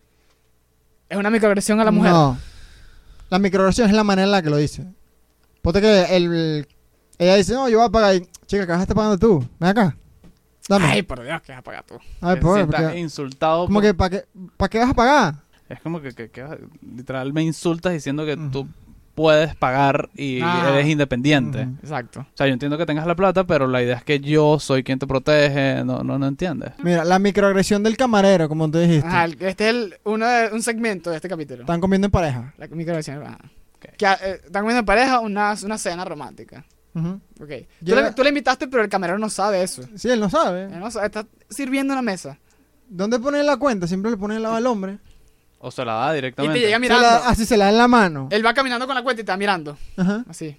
S3: Es una microagresión a la mujer.
S2: No. La microagresión es la manera en la que lo dice. Ponte que ella dice, no, yo voy a pagar. Y, chica, ¿qué vas a estar pagando tú? Ven acá. Dame.
S3: Ay, por Dios, que vas a pagar tú.
S2: Ay,
S1: Se
S2: pobre,
S1: sienta
S2: porque...
S1: insultado.
S2: Como
S1: por-
S2: que, ¿para qué vas a pagar?
S1: Es como que literal me insultas diciendo que
S2: Ujú.
S1: tú puedes pagar y
S3: Ah.
S1: eres independiente.
S2: Ujú.
S3: Exacto.
S1: O sea, yo entiendo que tengas la plata, pero la idea es que yo soy quien te protege. No entiendes.
S2: Mira, la microagresión del camarero, como tú dijiste.
S3: Ajá, este es un segmento de este capítulo.
S2: Están comiendo en pareja.
S3: La microagresión. Ajá.
S1: Ok.
S3: Que, están comiendo en pareja una cena romántica.
S2: Ujú.
S3: Ok.
S2: Llega-
S3: Tú le invitaste, pero el camarero no sabe eso.
S2: Sí, él no sabe.
S3: Él no sabe, está sirviendo en la mesa.
S2: ¿Dónde pone la cuenta? Siempre le pone el lado al hombre.
S1: O se la da
S3: Y
S1: directamente.
S3: te llega
S2: Se
S3: mirando.
S2: la- así se la da en la mano.
S3: Él va caminando con la cuenta y te va mirando.
S2: Ajá.
S3: Así.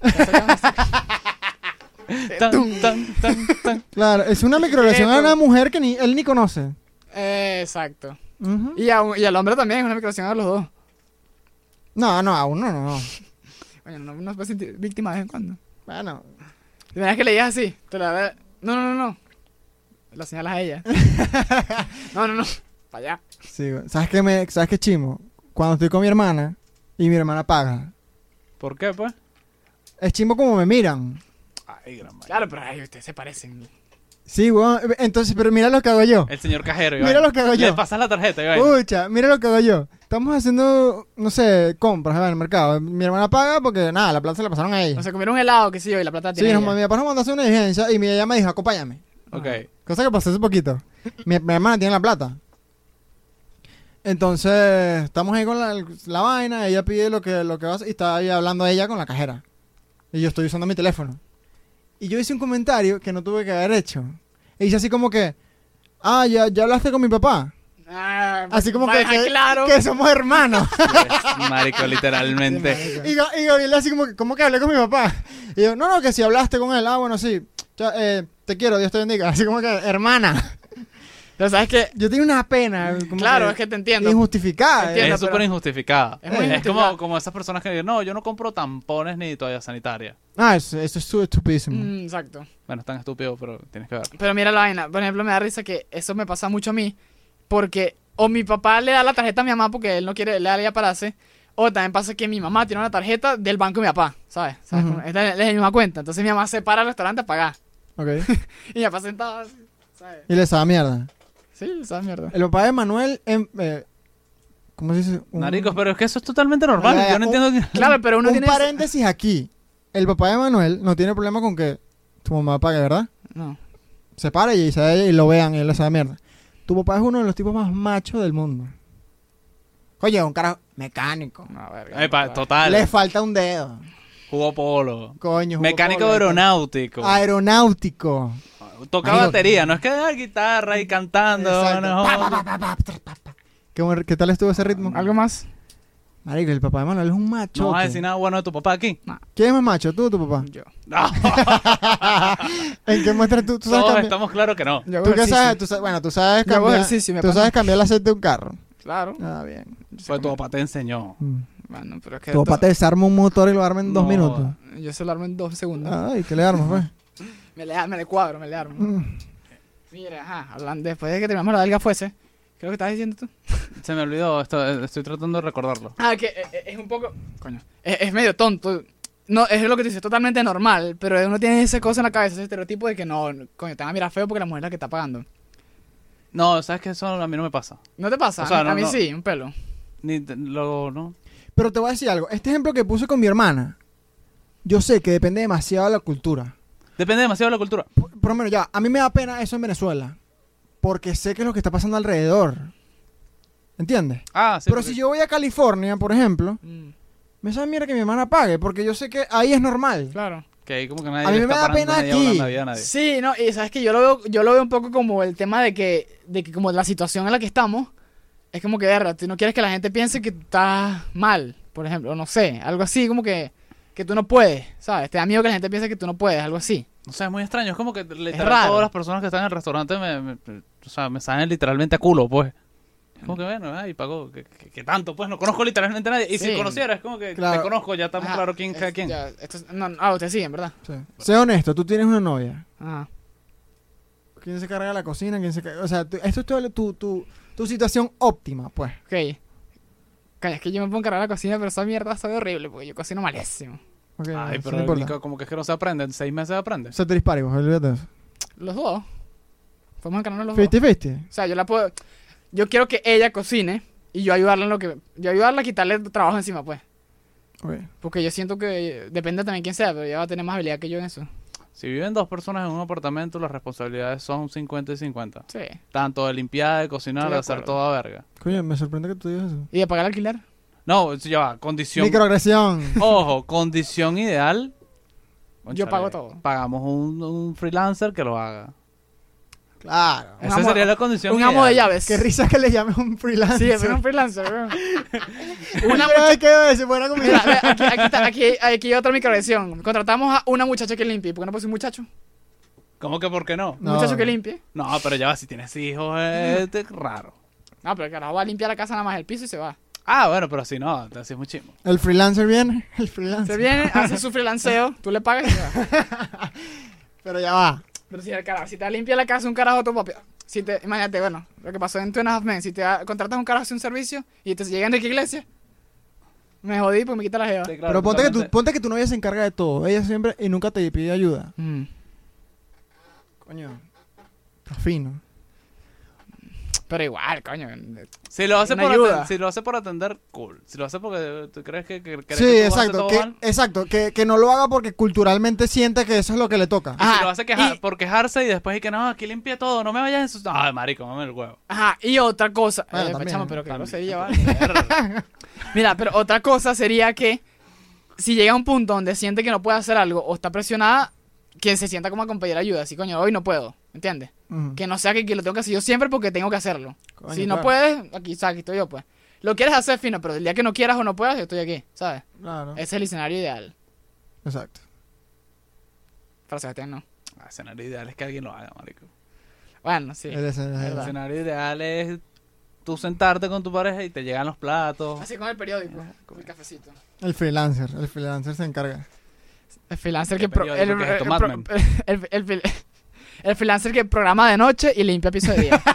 S1: Tan, tan, tan.
S2: Claro, es una microagresión a
S3: Eso.
S2: una mujer que él ni conoce.
S3: Exacto.
S2: Ujú.
S3: Y al hombre también es una microagresión a los dos.
S2: No, aún no.
S3: Oye, no se puede sentir víctima de vez en cuando.
S2: Bueno,
S3: La verdad es que le digas así. Te la da. No. La señalas a ella. No. Para allá.
S2: sí, güey. ¿Sabes qué chimo? Cuando estoy con mi hermana y mi hermana paga.
S1: ¿Por qué, pues?
S2: Es chimo como me miran.
S1: Ay, gran madre.
S3: Claro, pero ay, ustedes se parecen.
S2: Sí, weón. Entonces, pero mira lo que hago yo.
S1: El señor cajero.
S2: Mira
S1: Iván.
S2: lo que hago yo.
S1: Le pasas la tarjeta, Iván.
S2: Escucha, mira lo que hago yo. Estamos haciendo, no sé, compras en el mercado. Mi hermana paga porque, nada, la plata se la pasaron a ella.
S3: O sea, comieron un helado, qué sé yo, y la plata
S2: Sí,
S3: tiene
S2: mi
S3: ella.
S2: papá nos mandó a hacer una diligencia y ella me dijo, acompáñame.
S1: Ok.
S2: Cosa que pasó hace poquito. Mi hermana tiene la plata. Entonces, estamos ahí con la vaina, ella pide lo que va a hacer y está ahí hablando ella con la cajera. Y yo estoy usando mi teléfono. Y yo hice un comentario que no tuve que haber hecho. Y dice así como que, ya hablaste con mi papá.
S3: Ah,
S2: Así como
S3: para
S2: que,
S3: dejar claro.
S2: que somos hermanos.
S1: Es marico, literalmente.
S2: Y Gabriel así como que, ¿cómo que hablé con mi papá? Y yo, no, que si hablaste con él. Ah, bueno, sí. Te quiero, Dios te bendiga. Así como que, hermana.
S3: Pero sabes que.
S2: Yo tenía una pena. Como
S3: Claro, es que te entiendo.
S2: Injustificada.
S3: Entiendo.
S1: Es súper
S3: pero-
S1: injustificada.
S3: Es muy
S1: Es
S3: injustificada.
S1: como esas personas que dicen, no, yo no compro tampones ni toallas sanitarias.
S2: Eso es estupidísimo.
S3: Exacto.
S1: Bueno, es tan estúpido, pero tienes que ver.
S3: Pero mira la vaina. Por ejemplo, me da risa que eso me pasa mucho a mí. Porque o mi papá le da la tarjeta a mi mamá porque él no quiere, le da ya para hacer. O también pasa que mi mamá tiene una tarjeta del banco de mi papá, ¿sabes?
S2: Ujú.
S3: Como- es de la misma cuenta. Entonces mi mamá se para al restaurante a pagar.
S2: Ok.
S3: Y mi papá sentado así, ¿sabes?
S2: Y le sabe mierda.
S3: Sí, esa mierda.
S2: El papá de Manuel, ¿cómo se dice?
S1: Maricos, pero es que eso es totalmente normal.
S2: Ya,
S1: Yo no entiendo que...
S3: Claro, pero uno
S2: un
S3: tiene...
S2: paréntesis aquí. El papá de Manuel no tiene problema con que tu mamá pague, ¿verdad?
S3: No.
S2: Se pare y lo vean y él le sabe mierda. Tu papá es uno de los tipos más machos del mundo. Oye, un carajo mecánico.
S3: No, verga.
S1: Epa, total.
S2: Le falta un dedo.
S1: Jugó polo.
S2: Coño. jugó
S1: Mecánico
S2: polo,
S1: aeronáutico.
S2: Aeronáutico.
S1: Toca
S2: Amigo.
S1: batería. No es que guitarra y cantando.
S2: Exacto.
S1: No,
S2: ¿Qué tal estuvo ese ritmo?
S3: ¿Algo más?
S2: Marico, el papá de Manuel es un macho.
S1: no vas a decir nada bueno de tu papá aquí.
S2: ¿Quién es más macho? ¿Tú o tu papá?
S3: Yo.
S1: No.
S2: ¿En qué muestras tú? ¿Tú sabes
S1: Todos
S2: cambiar?
S1: estamos claros que no.
S3: Yo hago
S2: ¿Tú qué
S3: ejercicio.
S2: sabes? Bueno, tú sabes
S3: Yo hago
S2: cambiar.
S3: ejercicio, me
S2: Tú
S3: pasa.
S2: sabes cambiar el aceite de un carro.
S3: Claro.
S2: Ah, bien.
S1: Pues tu papá te enseñó.
S3: Bueno, pero es que...
S2: Tu papá te desarma un motor y lo arma en 2
S1: No.
S2: minutos.
S3: Yo se lo armo en 2 segundos.
S2: Ay, ¿qué le armas, pues?
S3: Me le cuadro, me le armo.
S2: Mm.
S3: Mira, ajá, hablando, después de que terminamos la delga fuese, ¿qué es lo que estabas diciendo tú?
S1: Se me olvidó. Estoy tratando de recordarlo.
S3: Ah, que es un poco... Coño. Es medio tonto. No, es lo que tú dices, totalmente normal, pero uno tiene esa cosa en la cabeza, ese estereotipo de que no, coño, te van a mirar feo porque la mujer es la que está pagando.
S1: No, sabes que eso a mí no me pasa.
S3: ¿No te pasa?
S1: O sea,
S3: a mí
S1: no.
S3: sí, un pelo.
S1: No.
S2: Pero te voy a decir algo. Este ejemplo que puse con mi hermana, yo sé que depende demasiado de la cultura.
S1: Depende demasiado de la cultura.
S2: Por lo menos ya, a mí me da pena eso en Venezuela. Porque sé que es lo que está pasando alrededor. ¿Entiendes?
S1: Ah, sí.
S2: Pero
S1: porque-
S2: si yo voy a California, por ejemplo,
S3: Mm,
S2: me sabe mierda que mi hermana pague. Porque yo sé que ahí es normal.
S3: claro.
S1: Que ahí como que nadie
S2: A mí
S1: le
S2: me
S1: está
S2: da
S1: parando
S2: pena
S1: ni
S2: aquí.
S1: hablando la vida a nadie.
S3: Sí, no, y sabes que yo lo veo un poco como el tema de que como la situación en la que estamos, es como que, verga, tú no quieres que la gente piense que estás mal, por ejemplo, o no sé, algo así, como que tú no puedes, ¿sabes? Te da miedo que la gente piense que tú no puedes, algo así.
S1: O sea, es muy extraño. Es como que literal
S3: raro.
S1: todas las personas que están en el restaurante me saben literalmente a culo, pues. Es como que bueno, ay, pagó. ¿Qué tanto? Pues no conozco literalmente a nadie. Y
S3: Sí.
S1: si conociera, es como que
S2: Claro.
S1: te conozco, ya estamos
S3: Ajá,
S1: claros quién cada quien.
S3: Ya, ustedes siguen, ¿verdad?
S2: Sí. Sé honesto, tú tienes una novia.
S3: Ajá.
S2: ¿Quién se carga de la cocina? ¿Quién se carga? O sea, esto es todo tu situación óptima, pues.
S3: Ok. Coño, es que yo me pongo a cargar la cocina, pero esa mierda sabe horrible, porque yo cocino malísimo.
S2: Ok,
S1: Ay,
S2: eso
S1: pero
S2: no importa.
S1: Nico, como que es que no se aprende. En 6 meses aprende.
S2: Ceteris paribus, olvídate de eso.
S3: Los dos. Podemos encargarnos los dos.
S2: 50-50.
S3: O sea, yo quiero que ella cocine y yo ayudarla yo ayudarla a quitarle trabajo encima, pues.
S2: Ok.
S3: Porque yo siento que depende también quién sea, pero ella va a tener más habilidad que yo en eso.
S1: Si viven 2 personas en un apartamento, las responsabilidades son 50 y 50.
S3: Sí.
S1: Tanto de limpiar, de cocinar,
S3: Estoy
S1: de
S3: de
S1: hacer
S3: acuerdo.
S1: toda verga.
S2: Coño, me sorprende que tú digas eso.
S3: ¿Y de pagar el alquiler?
S1: No, eso ya va. Condición.
S2: Microagresión.
S1: Ojo, condición ideal.
S3: Yo pago todo.
S1: Pagamos un freelancer que lo haga.
S2: Claro.
S3: Un
S1: Esa
S3: amo-
S1: sería la condición
S3: Un amo de
S1: ideal.
S3: llaves.
S2: Qué risa que le llames un freelancer.
S3: Sí, es un freelancer, weón.
S2: Una vez que se buena
S3: Mira,
S2: comida.
S3: aquí hay otra microagresión. Contratamos a una muchacha que limpie. ¿Por qué no puse un muchacho?
S1: ¿Cómo que por qué no?
S3: Un
S2: No.
S3: muchacho que limpie.
S1: No, pero ya va, si tienes hijos es raro.
S3: No, pero el carajo va a limpiar la casa nada más el piso y se va.
S1: Ah, bueno, pero si no, así es muy chimo.
S2: El freelancer viene. El freelancer.
S3: Se viene, hace su freelanceo, tú le pagas y se va.
S2: Pero ya va.
S3: Pero si el carajo, si te limpia la casa un carajo tu papi. Imagínate, bueno, lo que pasó en Two and a Half Men, si contratas un carajo a hacer un servicio y te llega Enrique Iglesias, me jodí porque me quita la jeva.
S1: Sí, claro,
S2: Pero
S1: totalmente.
S2: ponte que tu novia se encarga de todo. Ella siempre y nunca te pide ayuda. Coño. Está fino.
S3: Pero igual, coño.
S1: Si lo hace
S3: Una
S1: por
S3: ayuda.
S1: si lo hace por atender, cool. Si lo hace porque tú crees que crees
S2: Sí,
S1: que tú haces
S2: exacto.
S1: todo mal.
S2: Exacto. Que no lo haga porque culturalmente siente que eso es lo que le toca.
S3: Ah,
S1: Si lo hace por quejarse y después y que no, aquí limpie todo, no me vayas en sus... Ay, marico, mame el huevo.
S3: Ajá, y otra cosa.
S2: Bueno, también,
S3: chamo, pero que
S1: también.
S3: grosería, ¿vale? Mira, pero otra cosa sería que si llega a un punto donde siente que no puede hacer algo o está presionada, que se sienta como a pedir ayuda. Así, coño, hoy no puedo. ¿Entiendes?
S2: Ujú.
S3: Que no sea que lo tengo que hacer yo siempre porque tengo que hacerlo.
S2: Coño,
S3: si no
S2: claro.
S3: puedes, aquí estoy yo, pues. Lo quieres hacer fino, pero el día que no quieras o no puedas, yo estoy aquí, ¿sabes?
S2: Claro.
S3: Ese es el escenario ideal.
S2: Exacto.
S3: Para Sebastián, no.
S1: El escenario ideal es que alguien lo haga, marico.
S3: Bueno, sí.
S2: El escenario.
S1: El
S3: Verdad.
S1: escenario ideal es tú sentarte con tu pareja y te llegan los platos.
S3: Así con el periódico, con el cafecito.
S2: El freelancer se encarga.
S3: El freelancer
S1: ¿Qué
S3: que...
S1: periódico que es esto, Mad Men?
S3: El freelancer que programa de noche y limpia piso de día.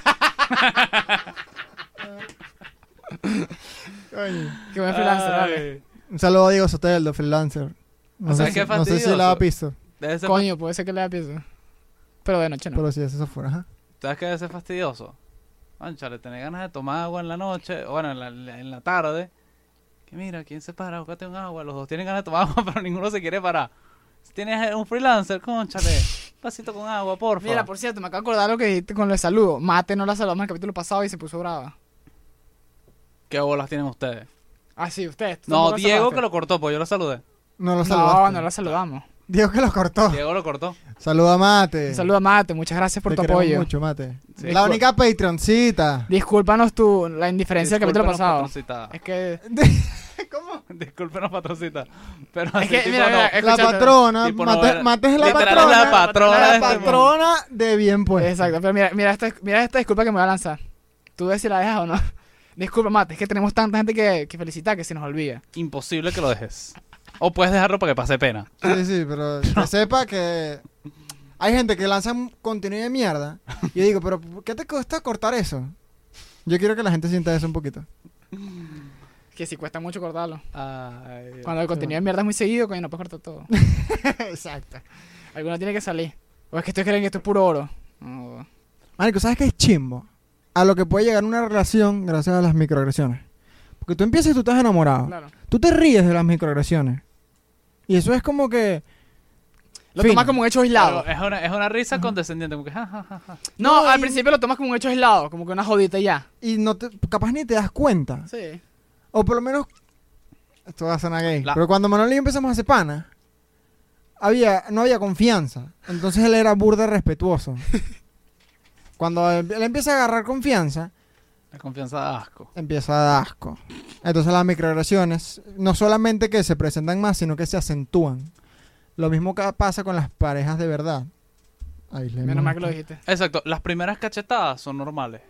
S2: Coño.
S3: Qué buen freelancer, vale.
S1: Ay,
S2: Un saludo a Diego Soteldo, freelancer. No,
S1: ¿Sabes
S2: sé,
S1: qué
S2: no sé si
S1: fastidioso?
S2: la ha visto,
S1: debe ser
S3: Coño, puede ser que le da piso. Pero de noche no.
S2: pero sí, eso fuera. Ajá.
S1: ¿Sabes qué debe ser fastidioso? Cónchale, tenés ganas de tomar agua en la noche, o bueno, en la tarde. Que mira, ¿quién se para? Búscate un agua. Los dos tienen ganas de tomar agua, pero ninguno se quiere parar. Si tienes un freelancer, cónchale, un vasito con agua, porfa.
S3: Mira, por cierto, me acabo de acordar lo que dijiste con el saludo. Mate no la saludamos en el capítulo pasado y se puso brava.
S1: ¿Qué bolas tienen ustedes?
S3: Ah, sí, ustedes. ¿Tú
S1: No,
S3: tampoco la
S1: Diego
S3: saludaste?
S1: que lo cortó, pues yo lo saludé.
S2: No lo saludaste.
S3: No, no la saludamos.
S2: Diego que lo cortó.
S1: Diego lo cortó.
S2: Saluda, Mate.
S3: Un saludo a Mate, muchas gracias por
S2: Te
S3: tu
S2: queremos
S3: apoyo.
S2: mucho, Mate.
S1: Sí.
S2: La única Patreoncita.
S3: Discúlpanos la indiferencia del capítulo
S1: Discúlpenos,
S3: pasado.
S1: patroncita.
S3: Es que...
S2: ¿Cómo?
S1: Discúlpenos, patroncita. Pero
S3: Es
S1: así,
S3: que,
S1: tipo,
S3: mira,
S1: no.
S3: mira,
S2: La
S3: escúchate.
S2: patrona.
S1: Tipo, no,
S2: Mate,
S1: era-
S2: Mate es la
S1: literal es
S2: patrona.
S1: la patrona
S2: La
S1: de este mundo.
S2: patrona de bien pues.
S3: Exacto, pero mira esta disculpa que me voy a lanzar. Tú ves si la dejas o no. Disculpa, Mate, es que tenemos tanta gente que felicitar que se nos olvida.
S1: Imposible que lo dejes. O puedes dejarlo para que pase pena.
S2: Sí, sí, pero que sepa que hay gente que lanza un contenido de mierda. Y yo digo, pero ¿por qué te cuesta cortar eso? Yo quiero que la gente sienta eso un poquito.
S3: Que si cuesta mucho cortarlo.
S1: Ay,
S3: Cuando el contenido de mierda es muy seguido, coño, no puedes cortar todo.
S2: Exacto.
S3: Alguno tiene que salir. O es que ustedes creen que esto es puro oro. No.
S2: Marico, ¿sabes qué es chimbo? A lo que puede llegar una relación gracias a las microagresiones. Porque tú empiezas y tú estás enamorado.
S3: Claro.
S2: Tú te ríes de las microagresiones. Y eso es como que...
S3: Lo
S2: Fin.
S3: tomas como un hecho aislado.
S1: pero es una risa condescendiente, como que ja, ja, ja, ja.
S3: No,
S2: No,
S3: al
S2: y-
S3: principio lo tomas como un hecho aislado, como que una jodita y ya.
S2: Y no te, capaz ni te das cuenta.
S3: Sí.
S2: O por lo menos... Esto va a sonar gay.
S1: La-
S2: Pero cuando Manuel y yo empezamos a hacer pana, no había confianza. Entonces él era burda respetuoso. Cuando él empieza a agarrar confianza,
S1: La confianza da asco.
S2: empieza a dar asco. Entonces las microagresiones no solamente que se presentan más, sino que se acentúan. Lo mismo que pasa con las parejas de verdad. Ahí le
S3: Menos mal que lo
S2: muestro.
S3: dijiste.
S1: Exacto, las primeras cachetadas son normales.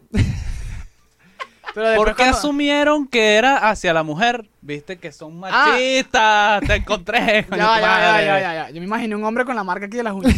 S3: Pero después
S1: ¿Por qué
S3: cuando-
S1: asumieron que era hacia la mujer? Viste que son machistas, te encontré. coño,
S3: Ya,
S1: tu
S3: ya,
S1: madre.
S3: ya. Yo me imaginé un hombre con la marca aquí de las uñas.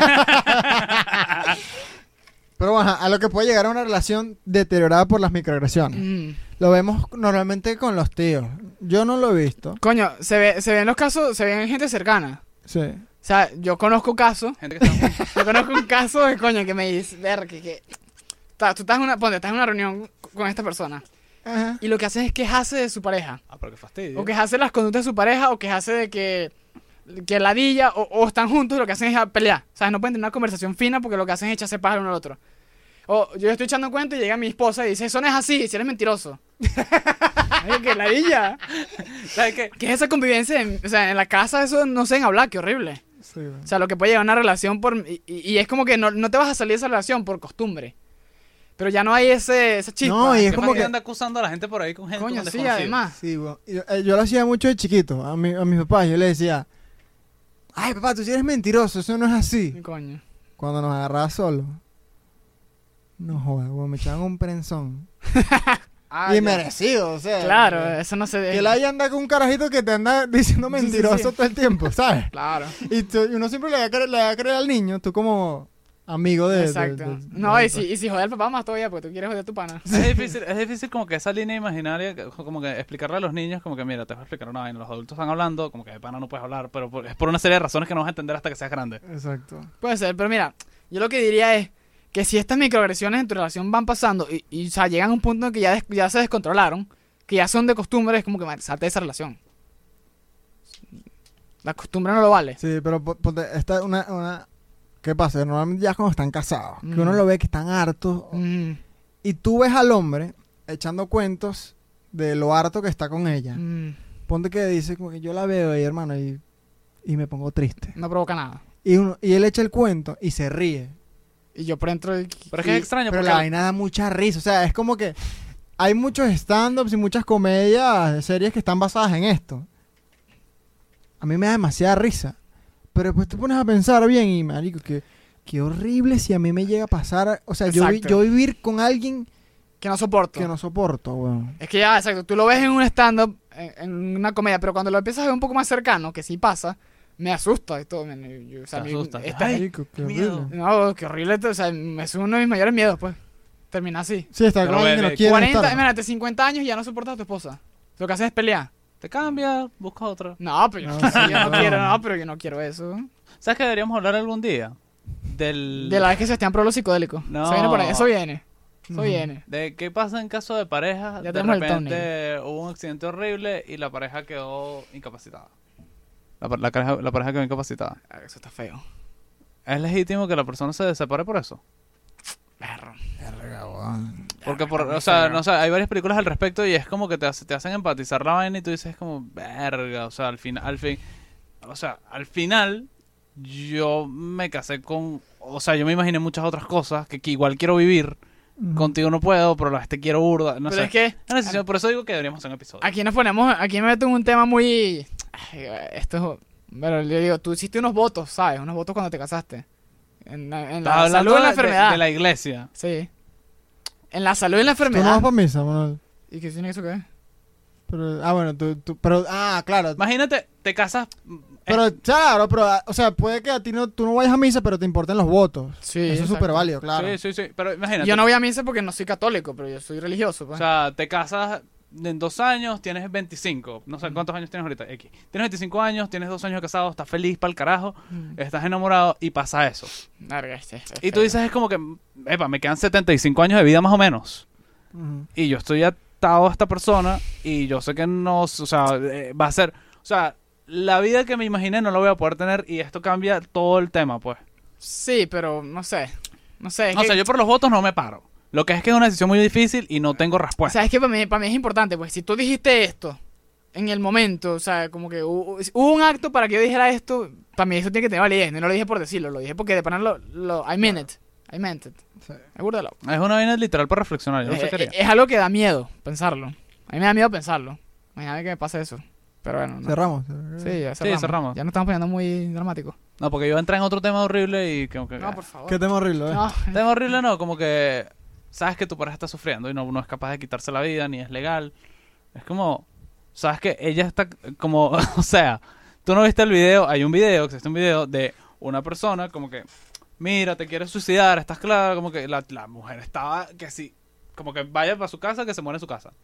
S2: Pero bueno, a lo que puede llegar a una relación deteriorada por las microagresiones.
S3: Mm.
S2: Lo vemos normalmente con los tíos. Yo no lo he visto.
S3: Coño, se ve en los casos, se ve en gente cercana.
S2: Sí.
S3: O sea, yo conozco casos.
S1: Gente que está...
S3: Yo conozco un caso de coño que me dice, ver, tú estás estás en una reunión con esta persona
S2: Ajá.
S3: y lo que hace es quejarse de su pareja.
S1: Ah, pero qué fastidio.
S3: O quejarse de las conductas de su pareja o quejarse de que ladilla o están juntos y lo que hacen es pelear. O sea, no pueden tener una conversación fina porque lo que hacen es echarse paja el uno al otro. O yo estoy echando cuenta y llega mi esposa y dice, eso no es así, si eres mentiroso. Ay, que ladilla.
S1: ¿Sabes qué?
S3: ¿Qué es esa convivencia? O sea, en la casa eso no sé en hablar, qué horrible.
S2: Sí, bueno.
S3: O sea, lo que puede llevar a una relación y es como que no te vas a salir de esa relación por costumbre. Pero ya no hay esa chispa.
S2: No, y es
S1: ¿Qué
S2: como
S1: más que
S2: que-
S1: anda acusando a la gente por ahí con gente
S3: Coño,
S1: con
S3: sí,
S1: desconocidos?
S3: además.
S2: Sí, bueno. Yo lo hacía mucho de chiquito. A mis papás yo le decía, ay papá, tú sí eres mentiroso, eso no es así.
S3: Coño.
S2: Cuando nos agarraba solo. No jodas, weón, me echaban un prensón.
S1: Ah,
S2: y
S1: ya.
S2: merecido, o sea.
S3: Claro,
S2: que-
S3: eso no se
S2: Que la haya anda con un carajito que te anda diciendo
S3: Sí, sí,
S2: mentiroso
S3: sí.
S2: todo el tiempo, ¿sabes?
S3: Claro.
S2: Y uno siempre le va a creer al niño, tú como amigo de...
S3: Exacto. No, y si joder al papá más todavía, porque tú quieres joder a tu pana.
S1: Es difícil como que esa línea imaginaria, como que explicarle a los niños, como que mira, te voy a explicar una vaina, los adultos están hablando, como que de pana no puedes hablar, pero es por una serie de razones que no vas a entender hasta que seas grande.
S2: Exacto.
S3: Puede ser, pero mira, yo lo que diría es que si estas microagresiones en tu relación van pasando y o sea, llegan a un punto en que ya se descontrolaron, que ya son de costumbre, es como que salte de esa relación. La costumbre no lo vale.
S2: Sí, pero ponte, esta una... ¿Qué pasa? Normalmente ya cuando están casados, que
S3: Mm.
S2: uno lo ve que están hartos,
S3: Mm,
S2: y tú ves al hombre echando cuentos de lo harto que está con ella.
S3: mm,
S2: Ponte que dice como que yo la veo ahí, hermano, y me pongo triste.
S3: no provoca nada.
S2: Y él echa el cuento y se ríe.
S3: Y yo por dentro...
S1: Pero es que es extraño,
S2: Pero
S1: porque
S2: la vaina da mucha risa. O sea, es como que hay muchos stand-ups y muchas comedias de series que están basadas en esto. A mí me da demasiada risa. Pero después te pones a pensar bien y, marico, qué horrible si a mí me llega a pasar. O sea,
S3: Exacto.
S2: yo vivir con alguien
S3: Que no soporto.
S2: que no soporto, weón.
S3: Es que ya, exacto, tú lo ves en un stand-up, en una comedia, pero cuando lo empiezas a ver un poco más cercano, que sí pasa, me asusta y todo. O sea,
S1: Te asusta.
S3: esta-
S1: Ay,
S2: Marico, qué
S1: miedo.
S2: horrible.
S3: no, qué horrible, o sea, es uno de mis mayores miedos, pues. Termina así.
S2: Sí, está
S1: Pero
S2: con alguien que
S1: bebé,
S2: no quiere
S3: 40,
S2: estar.
S3: imagínate, 50 años y ya no soportas a tu esposa. Lo que haces es pelear.
S1: te cambia, busca otra.
S3: No, pero
S2: No,
S3: yo,
S2: sí,
S3: yo no
S2: no.
S3: quiero, no, pero yo no quiero eso.
S1: ¿Sabes que deberíamos hablar algún día? Del...
S3: De la vez que Sebastián probó los psicodélicos.
S1: No.
S3: Eso viene por ahí, eso viene. Eso viene.
S1: De qué pasa en caso de pareja,
S3: Ya
S1: de
S3: tenemos el
S1: repente hubo un accidente horrible y la pareja quedó incapacitada. La pareja quedó incapacitada.
S3: Ah, eso está feo.
S1: ¿Es legítimo que la persona se separe por eso?
S3: Perro.
S2: Verga, weón.
S1: Porque,
S3: muy
S1: o sea,
S3: feo.
S1: no sé, hay varias películas al respecto y es como que te hacen empatizar la vaina y tú dices como, verga, o sea, al final, yo me casé con, o sea, yo me imaginé muchas otras cosas que igual quiero vivir, contigo no puedo, pero las te quiero burda, no
S3: Pero
S1: sé.
S3: es que
S1: Es una decisión, por eso digo que deberíamos hacer un episodio.
S3: aquí me meto en un tema muy... Ay, esto es... Pero yo digo, tú hiciste unos votos, ¿sabes? Unos votos cuando te casaste. En
S1: Estás
S3: la
S1: hablando
S3: salud y en la
S1: de
S3: enfermedad.
S1: de la iglesia.
S3: Sí. En la salud y en la
S2: Tú no
S3: enfermedad.
S2: vas para misa, Manuel.
S3: ¿Y qué tiene eso que ver?
S2: Pero, bueno, pero, claro.
S1: Imagínate, te casas...
S2: Pero, claro, pero, o sea, puede que a ti tú no vayas a misa, pero te importen los votos.
S3: Sí,
S2: Eso es
S3: exacto.
S2: súper válido, claro.
S1: Sí, pero imagínate.
S3: Yo no voy a misa porque no soy católico, pero yo soy religioso.
S1: O
S3: Pues.
S1: sea, te casas en 2 años, tienes 25. No sé cuántos años tienes ahorita. X. Tienes 25 años, tienes 2 años de casado, estás feliz para el carajo, estás enamorado y pasa eso.
S3: Verga, este es
S1: Y tú
S3: feo.
S1: dices, es como que, epa, me quedan 75 años de vida más o menos.
S2: Ujú.
S1: Y yo estoy atado a esta persona y yo sé que no, o sea, va a ser, o sea, la vida que me imaginé no la voy a poder tener y esto cambia todo el tema, pues.
S3: Sí, pero no sé. No sé.
S1: O sea, yo por los votos no me paro. Lo que es una decisión muy difícil y no tengo
S3: O
S1: respuesta.
S3: sea, es que para mí es importante, pues si tú dijiste esto en el momento, o sea, como que hubo un acto para que yo dijera esto, para mí eso tiene que tener validez. No lo dije por decirlo, lo dije porque de ponerlo, I meant it. I meant it.
S2: Sí.
S3: Me gusta la...
S1: Es una vaina literal para reflexionar, yo no sé qué haría.
S3: Es algo que da miedo pensarlo. A mí me da miedo pensarlo. Imagínate que me pase eso. Pero bueno, no.
S2: Cerramos.
S3: Sí, ya cerramos.
S1: cerramos.
S3: Ya nos estamos poniendo muy dramáticos.
S1: No, porque yo entré en otro tema horrible y como que...
S3: No, por favor.
S2: Qué tema horrible, ¿eh?
S3: No.
S1: Tema horrible no, como que sabes que tu pareja está sufriendo y no es capaz de quitarse la vida, ni es legal. Es como, sabes que ella está como, o sea, tú no viste el video, existe un video de una persona como que, mira, te quieres suicidar, estás clara, como que la mujer estaba que sí, como que vaya para su casa, que se muere en su casa.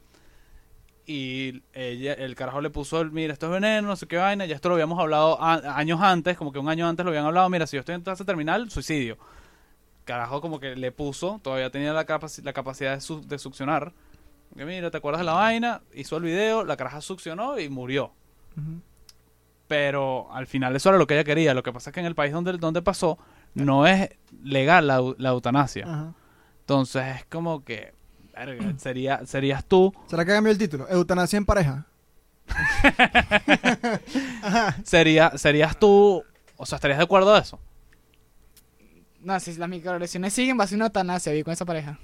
S1: Y el carajo le puso mira, esto es veneno, no sé qué vaina, ya esto lo habíamos hablado años antes, como que un año antes lo habían hablado, mira, si yo estoy en fase terminal, suicidio. Carajo, como que le puso, todavía tenía la capacidad de succionar. Que mira, ¿te acuerdas de la vaina? Hizo el video, la caraja succionó y murió.
S2: Ujú.
S1: Pero al final eso era lo que ella quería. Lo que pasa es que en el país donde pasó, no es legal la eutanasia.
S2: Ajá.
S1: Entonces es como que, verga, serías tú,
S2: ¿Será que cambió el título? Eutanasia en pareja. Ajá.
S1: serías tú, o sea, ¿estarías de acuerdo a eso?
S3: No, si las microagresiones siguen, va a ser una eutanasia vivir con esa pareja.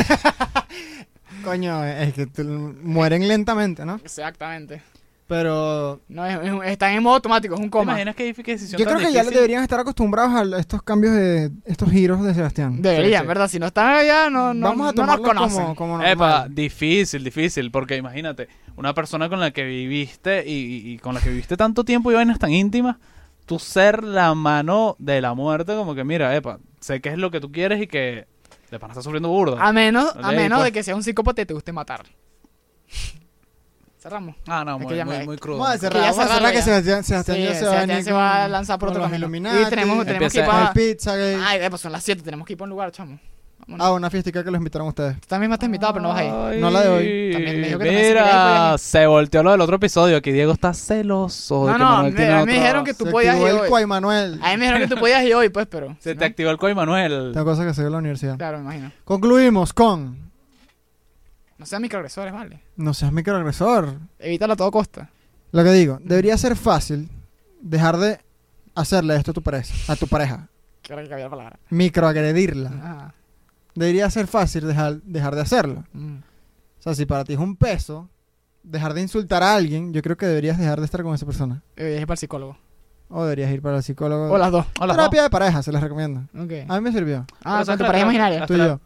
S2: Coño, es que mueren lentamente, ¿no?
S3: Exactamente.
S2: Pero
S3: No, están en modo automático, es un
S1: ¿Te
S3: coma.
S1: imaginas qué decisión
S2: yo
S1: tan
S2: creo que ya
S1: difícil?
S2: deberían estar acostumbrados a estos cambios estos giros de Sebastián.
S3: Deberían,
S1: Sí.
S3: ¿verdad? Si no están allá, no
S2: Vamos a
S3: no nos
S2: tomarlo
S3: conocen.
S2: como
S1: Epa,
S2: normal.
S1: difícil, porque imagínate, una persona con la que viviste y con la que viviste tanto tiempo y vainas tan íntimas, tú ser la mano de la muerte, como que mira, epa, sé que es lo que tú quieres y que de pana estás sufriendo burda.
S3: A menos
S1: Ok, pues.
S3: de que seas un psicópata y te guste matar. Cerramos.
S1: Ah, no,
S3: Es
S1: muy,
S3: que ya
S1: muy,
S3: me-
S1: muy crudo.
S2: Vamos a
S3: Que
S2: cerrar,
S3: ya
S2: vamos a cerrar
S3: cerrarlo
S2: que
S3: ya.
S2: Sebastián ya se va a
S3: Sebastián
S2: venir
S3: se va a
S2: con-
S3: lanzar por
S2: con
S3: otro
S2: los
S3: camino.
S2: Illuminati,
S3: Y tenemos que ir
S1: Empieza-
S3: para...
S2: el pizza gay.
S3: Ay, pues son las 7, tenemos que ir para un lugar, chamo. Vámonos.
S2: Ah, una fiestica que los invitaron ustedes.
S3: Tú también estás invitado, pero no vas a ir.
S1: Ay,
S2: No la de hoy.
S3: También me dijo que también se quería ir,
S1: Mira,
S3: pues,
S1: se volteó lo del otro episodio. Aquí Diego está celoso. de
S3: No,
S1: que
S3: no,
S1: Manuel tiene
S3: me
S1: otra-
S3: dijeron que tú
S2: Se
S3: podías ir
S2: activó el
S3: hoy.
S2: Cuay Manuel.
S3: A mí me dijeron que tú podías ir hoy, pues, pero...
S1: Se
S3: si
S1: te
S3: no,
S1: activó el Coy Manuel.
S2: Tengo cosas que hacer en la universidad.
S3: Claro, me imagino.
S2: Concluimos con
S3: No sean microagresores, vale.
S2: no seas microagresor.
S3: Evítalo a toda costa.
S2: Lo que digo, debería ser fácil dejar de hacerle esto a tu pareja.
S3: Quiero que cambie la palabra.
S2: Microagredirla.
S3: Ajá.
S2: Debería ser fácil dejar de hacerlo. O sea, si para ti es un peso dejar de insultar a alguien, yo creo que deberías dejar de estar con esa persona.
S3: Es para el psicólogo.
S2: O deberías ir para el psicólogo.
S3: O las dos.
S1: Hola,
S2: Terapia de pareja, se les recomiendo.
S3: Ok.
S2: A mí me sirvió.
S3: Ah, con tu pareja imaginaria.
S2: Tú y yo.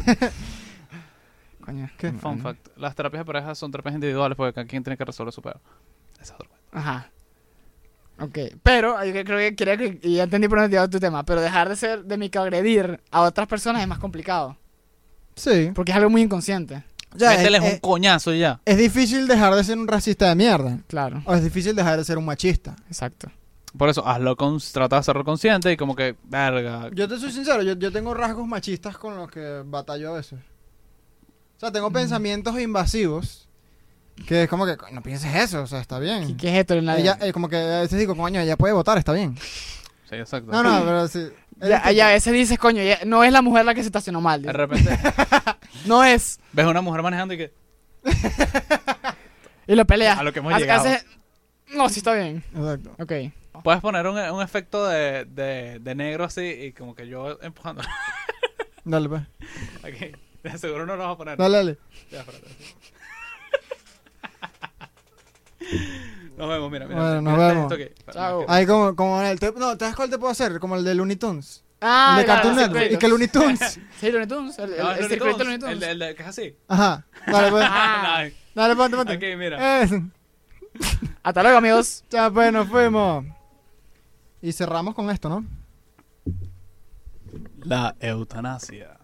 S3: Coño.
S2: ¿Qué?
S1: Fun fact. Las terapias de pareja son terapias individuales porque cada quien tiene que resolver su pedo. Ese es otro cuento.
S3: Ajá. Ok. Pero, yo creo que quería que... Y ya entendí por dónde te iba tu tema. Pero dejar de microagredir a otras personas es más complicado.
S2: Sí.
S3: Porque es algo muy inconsciente.
S2: Ya,
S1: Mételes un coñazo y ya.
S2: es difícil dejar de ser un racista de mierda.
S3: Claro.
S2: O es difícil dejar de ser un machista.
S3: Exacto.
S1: Por eso, trata de hacerlo consciente y como que, verga.
S2: Yo te soy sincero, yo tengo rasgos machistas con los que batallo a veces. O sea, tengo pensamientos invasivos que es como que, no pienses eso, o sea, está bien.
S3: ¿Qué es esto?
S2: Ella, como que a veces digo, coño, ella puede votar, está bien.
S1: Sí, exacto.
S2: No, pero sí.
S3: Ya, a veces dices, coño, no es la mujer la que se estacionó mal.
S1: De
S3: dice.
S1: repente
S3: No es.
S1: ves a una mujer manejando y que...
S3: Y lo peleas.
S1: A lo que hemos
S3: Hace-
S1: llegado.
S3: No, sí está bien.
S2: Exacto.
S3: Ok.
S1: Puedes poner un efecto de negro así y como que yo empujando.
S2: Dale, pues.
S1: Aquí. De seguro no lo vas a poner.
S2: Dale.
S1: Ya, espérate. Nos vemos, mira.
S2: Bueno, nos
S1: mira
S2: vemos.
S1: esto aquí.
S3: Chao.
S2: Ahí como en el... No, ¿te das cuál te puedo hacer? Como el de Looney Tunes.
S3: Ah,
S2: el de Cartoon Network. Y que Looney Tunes.
S3: Sí, Looney Tunes. El
S1: No, el
S3: circulito de Looney
S1: Looney
S3: Tunes.
S1: Tunes, el que es así.
S2: Ajá. Dale, pues.
S3: Ah.
S1: Nice.
S2: Dale, ponte.
S1: Aquí, mira.
S3: Hasta luego, amigos.
S2: Ya, pues, nos fuimos. Y cerramos con esto, ¿no?
S1: La eutanasia.